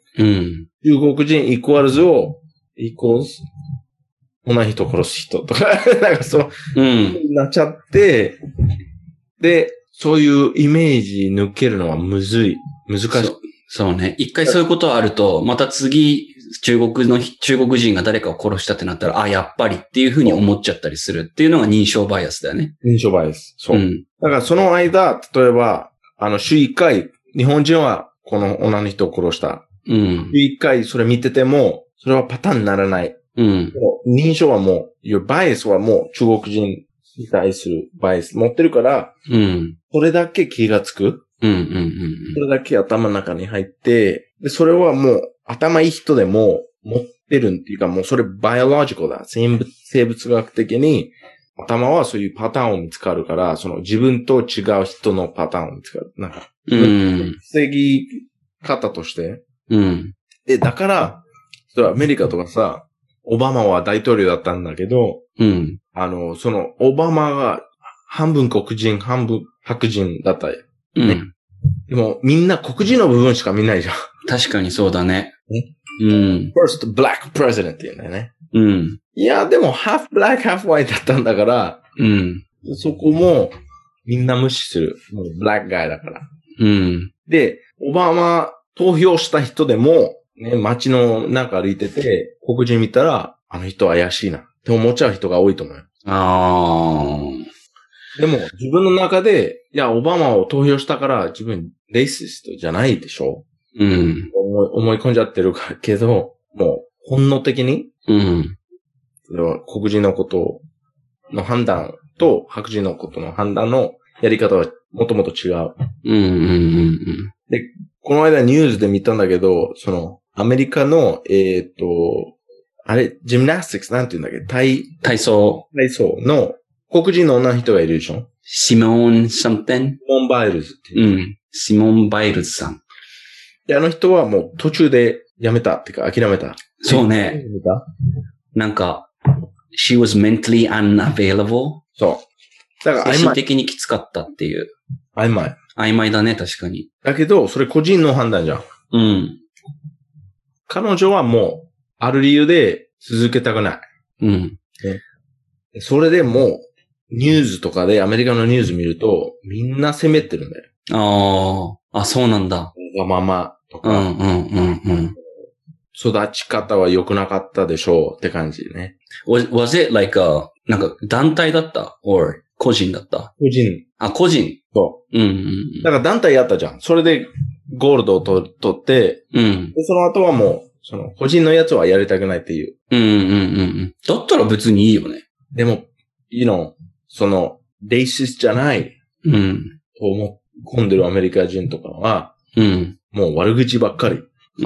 うん。 中国人イコールズを、イコールズ、女の人殺す人とか、なんかそう、 うん。 なっちゃって、で、そういうイメージ抜けるのはむずい。難しい。 そう、そうね。一回そういうことあると、また次、中国の、中国人が誰かを殺したってなったら、あ、やっぱりっていうふうに思っちゃったりするっていうのが認証バイアスだよね。 認証バイアス。そう。うん、だからその間、例えば、あの、週一回、日本人はこの女の人を殺した。 うん。 週一回それ見てても、それはパターンにならない。 うん。 認証はもう、your bias はもう中国人に対するバイアス持ってるから、 うん。 それだけ気がつく。 うんうんうん。 それだけ頭の中に入って、で、それはもう頭いい人でも持ってるっていうか、もうそれバイオロジカルだ。生物、生物学的に頭はそういうパターンを見つかるから、その自分と違う人のパターンを見つかる。なんか、 うん。 防ぎ方として。 うん。 で、だから、それアメリカとかさ、オバマは大統領だったんだけど、 うん。 あの、その、オバマが半分黒人、半分白人だったよ。 うん。 でも、みんな黒人の部分しか見ないじゃん。 確かにそうだね。 ね。 うん。 first black president って言うんだよね。 うん。 いや、でも、half black, half white だったんだから、 うん。 そこも、みんな無視する。もう、black guy だから。 うん。 で、オバマ投票した人でも、ね、街の中歩いてて、黒人見たら、あの人怪しいなって思っちゃう人が多いと思うよ。 ああ。 でも、自分の中で、 いや、オバマを投票したから自分レイシストじゃないでしょ？ うん。 思い、思い込んじゃってるけど、もう本能的に、 うん。 黒人のことの判断と白人のことの判断のやり方はもともと違う。 うんうんうんうん。 で、この間ニュースで見たんだけど、その、アメリカの、えっと、あれ、ジムナスティックスなんて言うんだっけ？体、 体操。 体操の黒人の女の人がいるでしょ？ シモン・サムテン？ シモン・バイルズっていう。 うん。シモン・バイルズさん。 で、あの人はもう途中でやめたっていうか諦めた。 そうね。なんか、she was mentally unavailable. そう。だから、 精神的にきつかったっていう。 曖昧。 曖昧だね、確かに。 だけど、それ個人の判断じゃん。 うん。 彼女はもう、ある理由で続けたくない。 うん。 ね、それでもう、ニュースとかでアメリカのニュース見ると、みんな責めてるんだよ。ああ、あ、そうなんだ。わがままとか。 うんうんうんうん。 育ち方は良くなかったでしょうって感じね。 Was, was it like a, なんか団体だった or 個人だった個人。 あ、個人。 そう。 うんうんうん。 だから団体やったじゃん。それでゴールドをと取って、 うん。 で、その後はもう、その個人のやつはやりたくないっていう。 うんうんうんうん。だったら別にいいよね。 でも、you know、その、レイシスじゃない。 うん。 と思い込んでるアメリカ人とかは、 うん。 もう悪口ばっかり。 うん。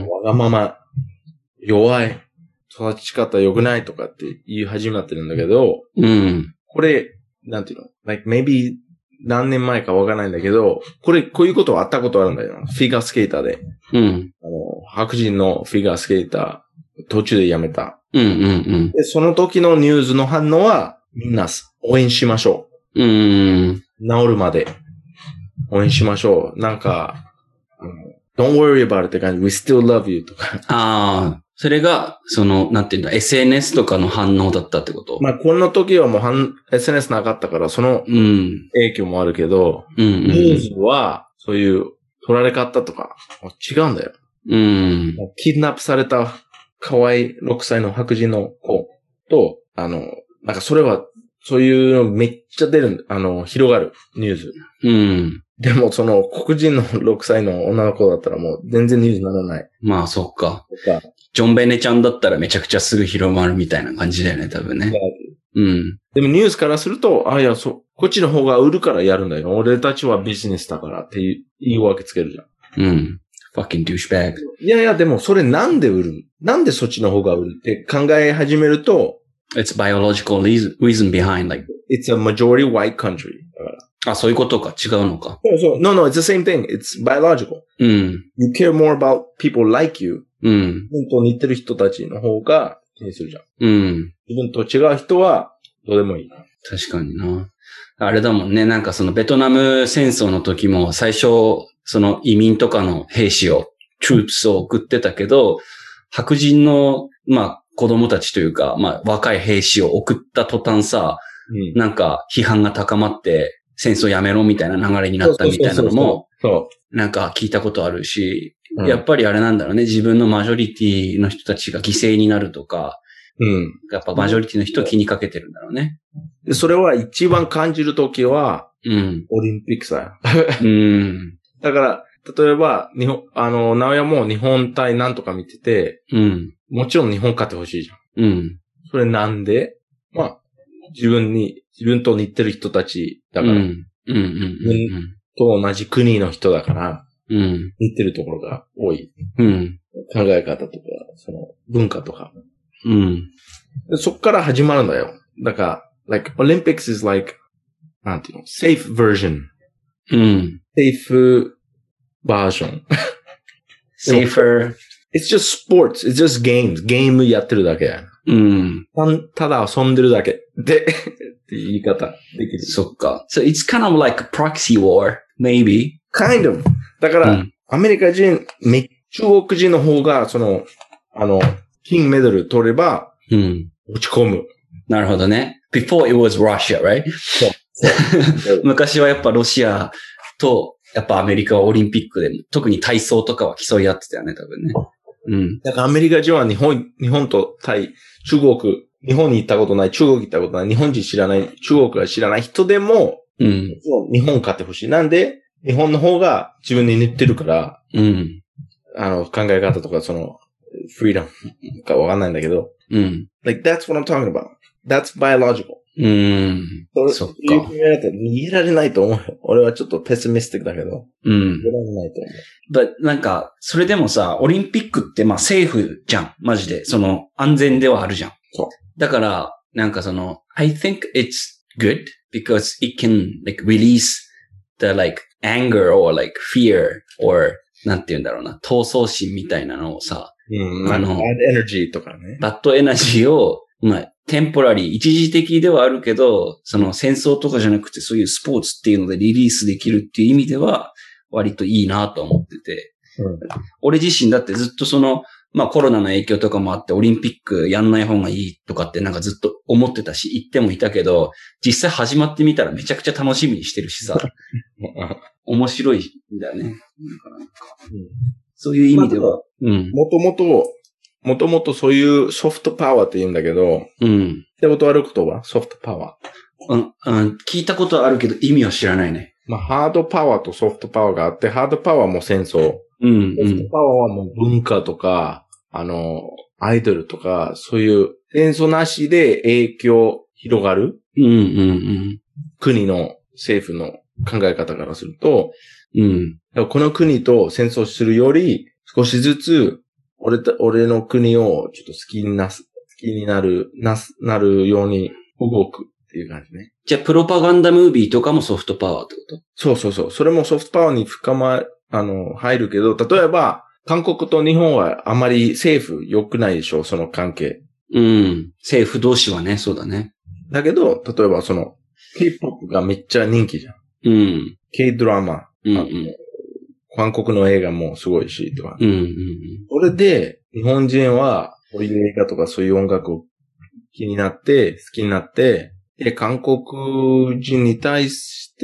わがまま、弱い、育ち方良くないとかって言い始めてるんだけど、 うん。 これ、なんていうの like maybe 何年前かわからないんだけど、これ、こういうことはあったことあるんだよ。フィギュアスケーターで。 うん。 あの、白人のフィギュアスケーター、途中で辞めた。 うんうんうん。 で、その時のニュースの反応は、みんな応援しましょう。うん。 治るまで。応援しましょう。なんか、Don't worry about it って感じ。We still love you とか。 ああ、それが、その、なんていうんだ、エスエヌエス とかの反応だったってこと？ まあ、この時はもう エスエヌエス なかったから、その影響もあるけど、 うんうんうん、 ニュースは、そういう取られ方とか、違うんだよ。 うん。 キッナップされた可愛いろくさいの白人の子と、あの、なんかそれは、そういうのめっちゃ出る、あの、広がるニュース。 うん。 でも、その、黒人のろくさいの女の子だったらもう全然ニュースにならない。 まあ、そっか。ジョンベネちゃんだったらめちゃくちゃすぐ広まるみたいな感じだよね、多分ね。うん。 でもニュースからすると、あ、いや、そ、こっちの方が売るからやるんだよ。俺たちはビジネスだからっていう言い訳つけるじゃん。 うん。fucking douchebag。 いやいや、でもそれなんで売る？なんでそっちの方が売るって考え始めると、 It's biological reason, reason behind, like. It's a majority white country. だから。 あ、そういうことか。違うのか。 そうそう。No, no, it's the same thing. It's biological. うん。 You care more about people like you. うん。 自分と似てる人たちの方が気にするじゃん。 うん。 自分と違う人はどうでもいい。 確かにな。あれだもんね。なんかそのベトナム戦争の時も最初、その移民とかの兵士を、トゥープスを送ってたけど、白人の、まあ、子供たちというか、まあ、若い兵士を送った途端さ、うん、なんか批判が高まって戦争やめろみたいな流れになったみたいなのも、なんか聞いたことあるし、うん、やっぱりあれなんだろうね、自分のマジョリティの人たちが犠牲になるとか、うん、やっぱマジョリティの人を気にかけてるんだろうね。 でそれは一番感じるときは、うん、オリンピックさ。うん、だから、例えば、日本、あの、直哉も日本対なんとか見てて、うん、もちろん日本勝ってほしいじゃん。うん。それなんでまあ、自分に、自分と似てる人たちだから。うん。うん。うん。うん。と同じ国の人だから、うん。似てるところが多い。うん。考え方とか、その、文化とか。うん。でそっから始まるんだよ。だから、like, Olympics is like, なんていうの safe version. うん。safe version. safer. It's just sports. It's just games. ゲームやってるだけ。うん。ただ遊んでるだけ。で、って言い方できる。 そっか。So it's kind of like a proxy war, maybe. Kind of. だから、うん、アメリカ人、め、中国人の方が、その、あの、金メダル取れば、うん。落ち込む。 なるほどね。Before it was Russia, right? そう。昔はやっぱロシアと、やっぱアメリカはオリンピックで、特に体操とかは競い合ってたよね、多分ね。 うん。だからアメリカ人は日本、日本と対、中国、日本に行ったことない、中国行ったことない、日本人知らない、中国が知らない人でも、 うん。 日本買ってほしい。なんで、日本の方が自分に似てるから、 うん。 あの、考え方とか、その、フリーダムかわかんないんだけど。 うん。 like, that's what I'm talking about. That's biological. うん。そっか。 逃げられないと思うよ。俺はちょっとペシミスティックだけど。 うん。 逃げられないと思う。 だなんか、それでもさ、オリンピックってまあセーフじゃん。マジで。その、安全ではあるじゃん。 そう。 だから、なんかその、I think it's good because it can like release the like anger or like fear or なんて言うんだろうな、闘争心みたいなのをさ、 うん、あの、バッドエナジーとかね。 バッドエナジーを、まあ、テンポラリー、一時的ではあるけど、その戦争とかじゃなくてそういうスポーツっていうのでリリースできるっていう意味では、割といいなと思ってて、うん、俺自身だってずっとその、まあコロナの影響とかもあってオリンピックやんない方がいいとかってなんかずっと思ってたし、言ってもいたけど、実際始まってみたらめちゃくちゃ楽しみにしてるしさ、面白いんだよね。なんかなんかうん、そういう意味では。 うん。もともと、もともとそういうソフトパワーって言うんだけど、 うん。 ってことある言葉ソフトパワー。うん、うん、聞いたことあるけど意味は知らないね。 まあ、ハードパワーとソフトパワーがあって、ハードパワーも戦争。 うん、 ソフトパワーはもう文化とか、あの、アイドルとか、そういう戦争なしで影響広がる。 うん、うん、うん。 国の政府の考え方からすると、 うん。 この国と戦争するより、少しずつ、俺た、俺の国をちょっと好きになす、好きになる、なす、なるように動くっていう感じね。 じゃあ、プロパガンダムービーとかもソフトパワーってこと？ そうそうそう。それもソフトパワーに深ま、あの、入るけど、例えば、韓国と日本はあまり政府良くないでしょ、その関係。 うん。政府同士はね、そうだね。 だけど、例えばその、K-ポップ がめっちゃ人気じゃん。 うん。 K ドラマ。 うん、うん。 韓国の映画もすごいし、とか。 うん、うん。 それで、日本人は、こういう映画とかそういう音楽を気になって、好きになって、で、韓国人に対して、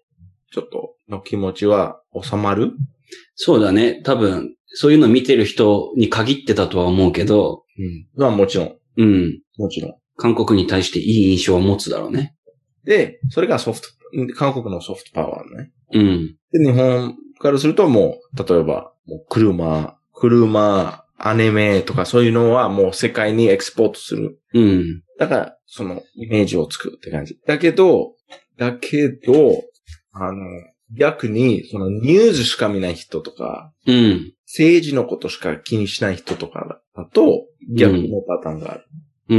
ちょっとの気持ちは収まる？ そうだね。多分、そういうの見てる人に限ってたとは思うけど。 うん。まあもちろん。 うん。 もちろん。 韓国に対していい印象を持つだろうね。 で、それがソフト、韓国のソフトパワーね。 うん。 で、日本からするともう、例えば、もう車、車、アニメとかそういうのはもう世界にエクスポートする。 うん。 だから、そのイメージを作るって感じ。だけど、だけど、あの、逆に、そのニュースしか見ない人とか、 うん。 政治のことしか気にしない人とかだと、逆のパターンがある。 うん。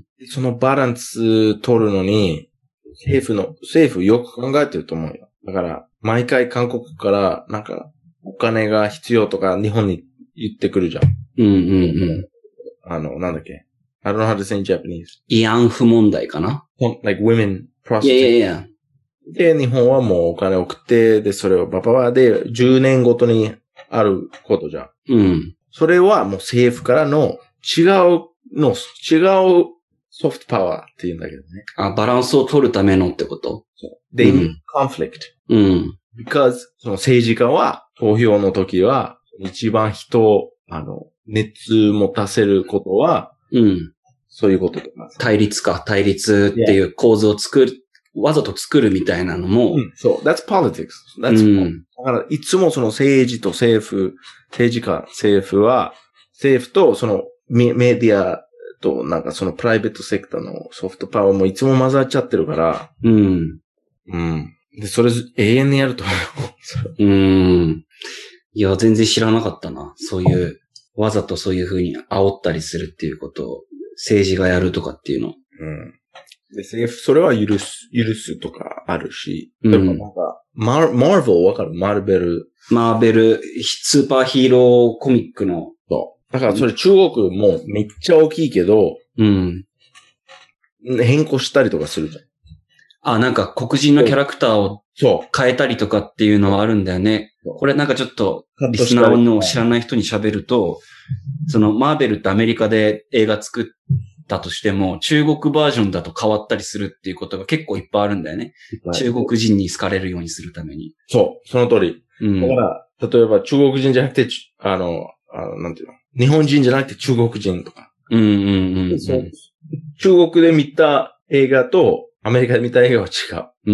そのバランス取るのに、政府の、政府よく考えてると思うよ。だから、毎回韓国からなんか、お金が必要とか日本に言ってくるじゃん。 うんうんうん。 あの、なんだっけ。I don't know how to say in Japanese. 慰安婦問題かな like women prostitute. いやいやいや。 で、日本はもうお金を送って、で、それをバババでじゅうねんごとにあることじゃん。 うん。 それはもう政府からの違うの、違うソフトパワーって言うんだけどね。 あ、バランスを取るためのってこと？ そう。They need conflict. うん。 because その政治家は投票の時は一番人を、あの、熱持たせることは、 うん。 そういうこととか。 対立か。対立っていう構図を作る、わざと作るみたいなのも。 うん、そう。That's politics. That's、うん、だから、いつもその政治と政府、政治家、政府は、政府とそのメディアとなんかそのプライベートセクターのソフトパワーもいつも混ざっちゃってるから。 うん。 うん。で、それ永遠にやると思う。うん。いや、全然知らなかったな。そういう、わざとそういう風に煽ったりするっていうことを政治がやるとかっていうの。うん。 で、政府、それは許す、許すとかあるし。うん。でもなんか、マー、マーベルわかる？マーベル。 マーベル、スーパーヒーローコミックの。 そう。だからそれ中国もめっちゃ大きいけど、 うん。 変更したりとかするじゃん。 あ、なんか黒人のキャラクターを変えたりとかっていうのはあるんだよね。これなんかちょっとリスナーの知らない人に喋ると、そのマーベルってアメリカで映画作ったとしても、中国バージョンだと変わったりするっていうことが結構いっぱいあるんだよね。中国人に好かれるようにするために。 そう、その通り。うん、だから、例えば中国人じゃなくて、あの、あの、なんていうの、日本人じゃなくて中国人とか。 うんうんうん、うん。 中国で見た映画とアメリカで見た映画は違う。 うん。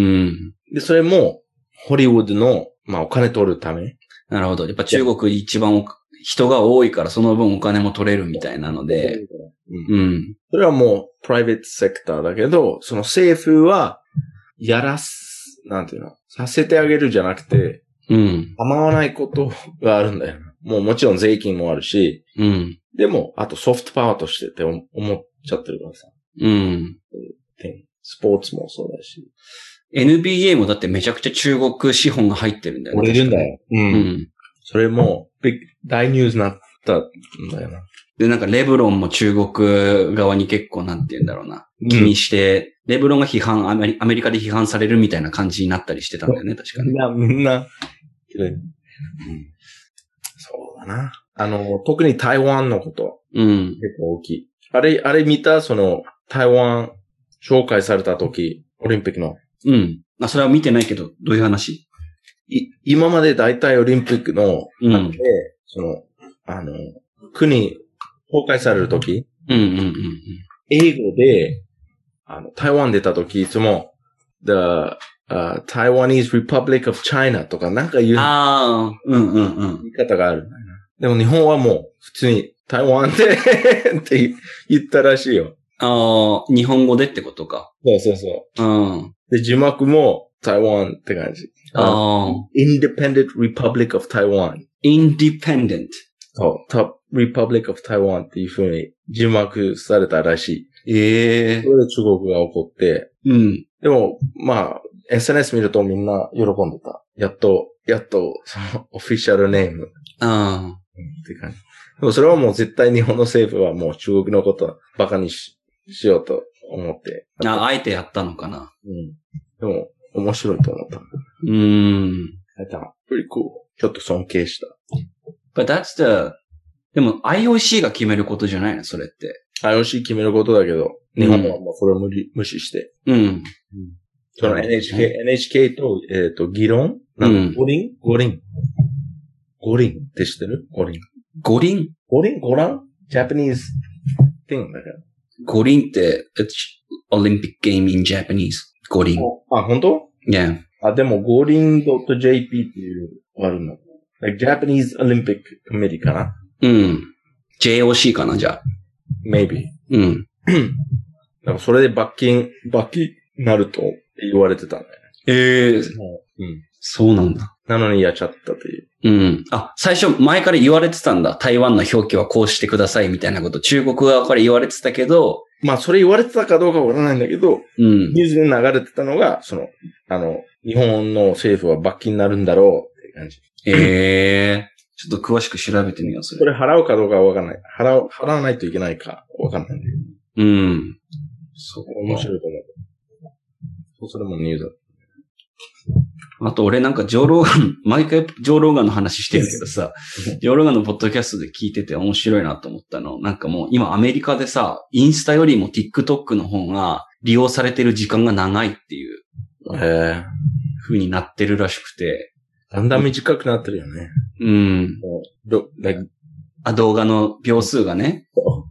で、それも、ホリウッドの、まあ、お金取るため。 なるほど。やっぱ中国一番人が多いからその分お金も取れるみたいなので。うん。うん、 それはもう、プライベートセクターだけど、その政府は、やらす、なんていうの、させてあげるじゃなくて、 うん。 構わないことがあるんだよ。もうもちろん税金もあるし、 うん。 でも、あとソフトパワーとしてって思っちゃってるからさ。 うん。 スポーツもそうだし。 エヌビーエー もだってめちゃくちゃ中国資本が入ってるんだよね。 折れるんだよ。うん。うん、 それも、大ニュースになったんだよな。 で、なんかレブロンも中国側に結構なんて言うんだろうな。気にして、うん、レブロンが批判アメリ、アメリカで批判されるみたいな感じになったりしてたんだよね、確かに。 みんな、みんな、うん、そうだな。あの、特に台湾のこと。 うん。 結構大きい。あれ、あれ見たその、台湾紹介された時、オリンピックの。 うん。あ、それは見てないけど、どういう話？ い、今まで大体オリンピックの、 うん。 で、その、あの、国、公開されるとき、 うんうんうんうん、 英語で、あの、台湾出たとき、いつも、the、uh, Taiwanese Republic of China とかなんか言う。 ああ、うんうんうん。 言い方がある。でも日本はもう、普通に台湾でって言ったらしいよ。 ああ、日本語でってことか。 そうそうそう。 うん。 で、字幕も台湾って感じ。 ああ。 Independent Republic of Taiwan。Independent。そう。Republic of Taiwan っていう風に字幕されたらしい。ええー。 それで中国が怒って。 うん。 でも、まあ、エスエヌエス 見るとみんな喜んでた。やっと、やっと、その、オフィシャルネーム。 ああ。 って感じ。でもそれはもう絶対日本の政府はもう中国のことをバカに し, しようと思って。 あ、あえてやったのかな。 うん。でも、面白いと思った。 うーん。 やった。pretty cool。ちょっと尊敬した。 But that's the, でも アイオーシー が決めることじゃないのそれって。 アイオーシー 決めることだけど、日本はもうそれを無理、無視して。 うん。うん、 その エヌエイチケー、エヌエイチケー と、えっ、ー、と、議論なんか五輪五輪五輪って知ってる五輪。 五輪五輪五輪 Japanese thing だから。 五輪って、it's Olympic game in Japanese. 五輪。 あ、本当 Yeah. あ、でも五輪 .jp っていうのがあるの。like Japanese Olympic Committee かなうん。ジェイオーシー かなじゃあ。 maybe. うん。 だからそれで罰金、罰金になると言われてたんだよね。 ええー。うん。そうなんだ。 なのにやっちゃったという。 うん。あ、最初前から言われてたんだ。台湾の表記はこうしてくださいみたいなこと。中国側から言われてたけど。 まあそれ言われてたかどうかわからないんだけど、 うん。 ニュースで流れてたのが、その、あの、日本の政府は罰金になるんだろうって感じ。 ええー。ちょっと詳しく調べてみよう、それ。 これ払うかどうかはわかんない。払う、払わないといけないかわかんないんだけど。うん。 そう。面白いと思う。そうそれもニュースだ。 あと俺なんかジョーローガン、毎回ジョーローガンの話してるけどさ、ジョーローガンのポッドキャストで聞いてて面白いなと思ったの。なんかもう今アメリカでさ、インスタよりも TikTok の方が利用されてる時間が長いっていうへ風になってるらしくて。 だんだん短くなってるよね。 うん。 ど、like、 あ、動画の秒数がね。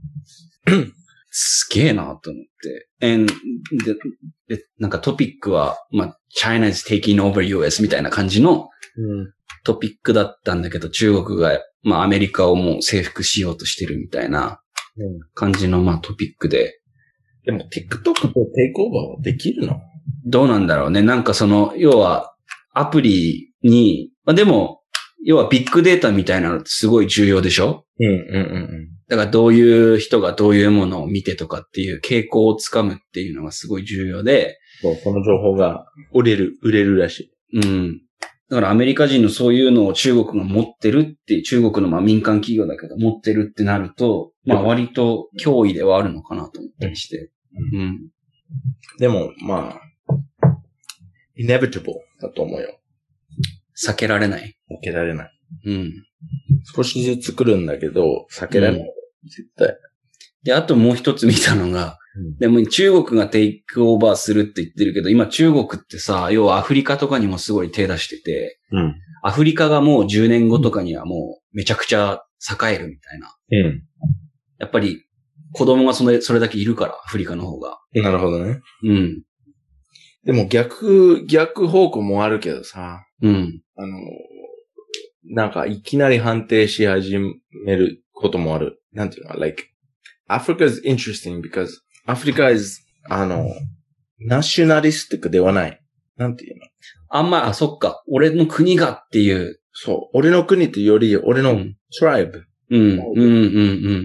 すげえなと思って。And で、で、なんかトピックは、まあ、China is taking over ユーエス みたいな感じのトピックだったんだけど、中国が、まあ、アメリカをもう征服しようとしてるみたいな感じの、まあ、トピックで。 でも TikTok とテイクオーバーはできるの？ どうなんだろうね。なんかその、要は、アプリに、まあ、でも、要はビッグデータみたいなのってすごい重要でしょ？ うんうんうんうん。 だからどういう人がどういうものを見てとかっていう傾向をつかむっていうのがすごい重要で。 そう、その情報が売れる、売れるらしい。うん。だからアメリカ人のそういうのを中国が持ってるっていう、中国のまあ民間企業だけど持ってるってなると、まあ割と脅威ではあるのかなと思ったりして。うん。うん、 でも、まあ、inevitable だと思うよ。 避けられない。 避けられない。 うん。 少しずつ来るんだけど、避けられない。うん、絶対。 で、あともう一つ見たのが、うん、でも中国がテイクオーバーするって言ってるけど、今中国ってさ、要はアフリカとかにもすごい手出してて、 うん、 アフリカがもうじゅうねんごとかにはもうめちゃくちゃ栄えるみたいな。 うん、 やっぱり子供がそれ、それだけいるから、アフリカの方が。 なるほどね。 うん。 でも逆、逆方向もあるけどさ。 うん。 あの、なんかいきなり判定し始めることもある。なんていうの like, Africa is interesting because Africa is, あの、ナショナリスティックではない。なんていうのあんま、あ、そっか。俺の国がっていう。 そう。俺の国ってより、俺のトライブ。 うん。うん、うん、うん、うん。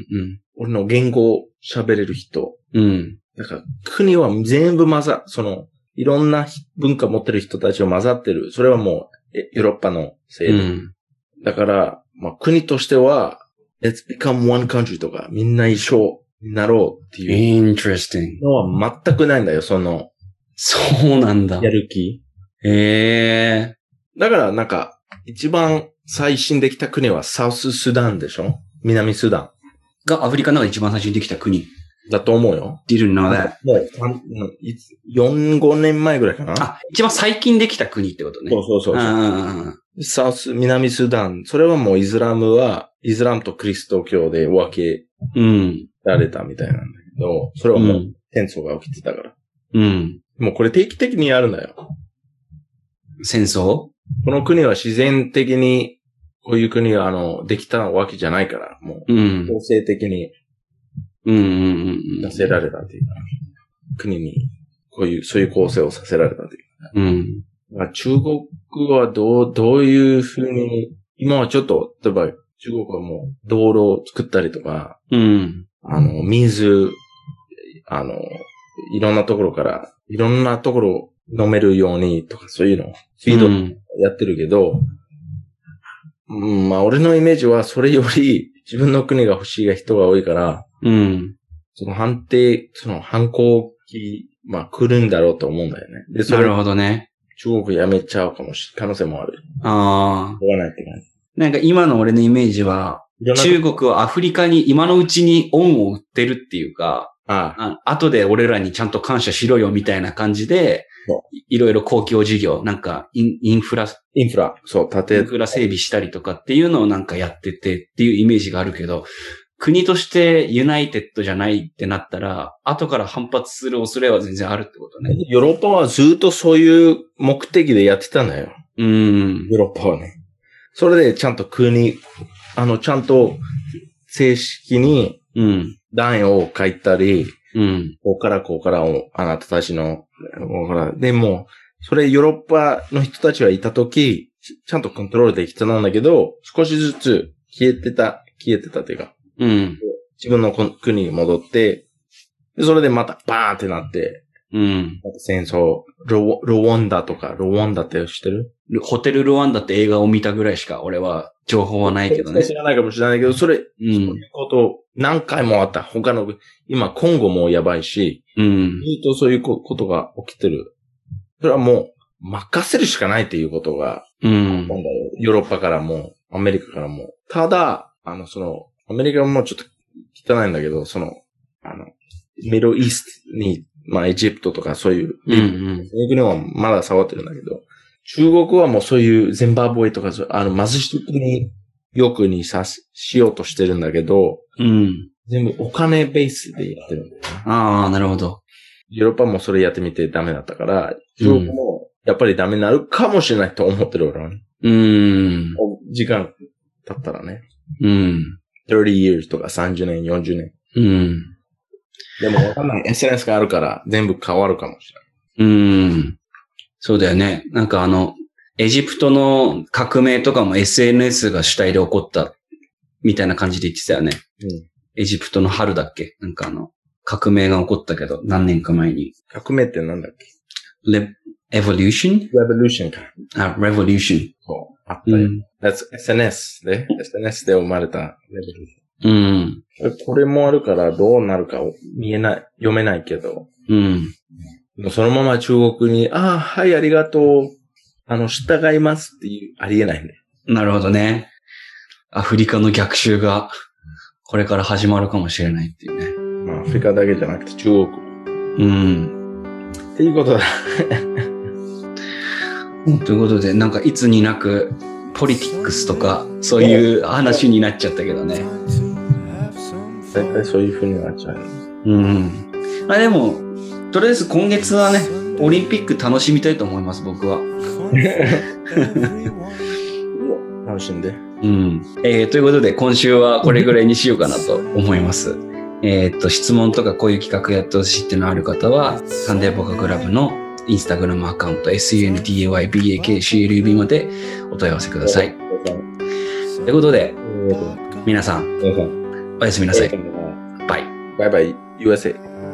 俺の言語を喋れる人。 うん。 だから、国は全部混ざ、その、いろんな文化持ってる人たちを混ざってる。それはもう、ヨーロッパのせいで。うん、だから、まあ、国としては、Let's become one country とか、みんな一緒になろうっていう。 Interesting. のは全くないんだよ、その。 そうなんだ。 やる気。 へえ。 だから、なんか、一番最新できた国はサウススダンでしょ？南スダン。 がアフリカの中で一番最初にできた国。 だと思うよ。 Didn't know that. もう、よん、ごねんまえぐらいかな。 あ、一番最近できた国ってことね。 そうそうそうそう。サウス、南スダン。それはもうイスラムは、イスラムとキリスト教で分けられたみたいなんだけど、それはもう戦争が起きてたから。 うん。 もうこれ定期的にやるんだよ。 戦争？ この国は自然的に、こういう国が、あの、できたわけじゃないから、もう、強制的に、 うんうんうんうん。 させられたっていうか、国に、こういう、そういう構成をさせられたっていうか。 うん。 まあ、中国はどう、どういうふうに、今はちょっと、例えば、中国はもう、道路を作ったりとか、 うん。 あの、水、あの、いろんなところから、いろんなところ飲めるようにとか、そういうの、スピードやってるけど、うん、まあ、俺のイメージは、それより、自分の国が欲しい人が多いから、 うん。 その判定、その反抗期、まあ来るんだろうと思うんだよね。で、 それなるほどね。 中国やめちゃうかもしれない。可能性もある。 ああ。 しょうがないって感じ。 なんか今の俺のイメージは、中国はアフリカに今のうちに恩を売ってるっていうか、あああ後で俺らにちゃんと感謝しろよみたいな感じで、いろいろ公共事業、なんかイン、インフラ、 インフラ、そう、建て、 インフラ整備したりとかっていうのをなんかやっててっていうイメージがあるけど、国としてユナイテッドじゃないってなったら、後から反発する恐れは全然あるってことね。 ヨーロッパはずっとそういう目的でやってたんだよ。 うん。 ヨーロッパはね。それでちゃんと国、あの、ちゃんと正式に、うん。段を書いたり、うん。ここからここからを、あなたたちの、でも、それヨーロッパの人たちがいたとき、ちゃんとコントロールできてたんだけど、少しずつ消えてた、消えてたっていうか、 うん。 自分の国に戻って、でそれでまたバーンってなって、 うん。 戦争、ロ、ロワンダとか、ロワンダって知ってる？ ホテルロワンダって映画を見たぐらいしか俺は情報はないけどね。 知らないかもしれないけど、それ、うん、そういうこと何回もあった。他の、今、コンゴもやばいし、 うん。 ずっとそういうことが起きてる。それはもう、任せるしかないっていうことが、 うん。 ヨーロッパからも、アメリカからも。ただ、あの、その、アメリカもちょっと汚いんだけど、その、あの、ミドルイーストに、まあ、エジプトとかそういう、 うんうん。 そういう国はまだ触ってるんだけど、中国はもうそういうゼンバブエとか、あの、貧しい国、よくにさし、しようとしてるんだけど、 うん。 全部お金ベースでやってるんだよね。 ああ、なるほど。 ヨーロッパもそれやってみてダメだったから、中国もやっぱりダメになるかもしれないと思ってる俺はね。 うん。 時間経ったらね。 うん。 さんじゅう years とかさんじゅうねん、よんじゅうねん。 うん。 でもわかんない。エスエヌエス があるから全部変わるかもしれない。うん。そうだよね。なんかあの、エジプトの革命とかも エスエヌエス が主体で起こったみたいな感じで言ってたよね。 うん。 エジプトの春だっけ？なんかあの、革命が起こったけど、何年か前に。 革命ってなんだっけ？ レ、evolution? revolution か。 あ、revolution。 そう。あったよ。うん、That's エスエヌエス で、エスエヌエス で生まれた revolution。 うん。 これもあるからどうなるか見えない、読めないけど。 うん。 そのまま中国に、ああ、はい、ありがとう。あの、従いますっていう、ありえないね。 なるほどね。アフリカの逆襲が、これから始まるかもしれないっていうね。 まあ、アフリカだけじゃなくて中国。 うん。 っていうことだ。 ということで、なんかいつになく、ポリティックスとか、そういう話になっちゃったけどね。 大体そういう風になっちゃう。 うん。まあでも、とりあえず今月はね、終オリンピック楽しみたいと思います、僕は。 楽しんで。 うん。えー、ということで、今週はこれぐらいにしようかなと思います。えっと、質問とかこういう企画やってほしいっていうのある方は、サンデーボカクラブのインスタグラムアカウント エスユーエヌディーエーワイビーエーケーシーエルユービー までお問い合わせください。ということで、皆さん、おやすみなさい。バイ。 バイバイ、ユーエスエー。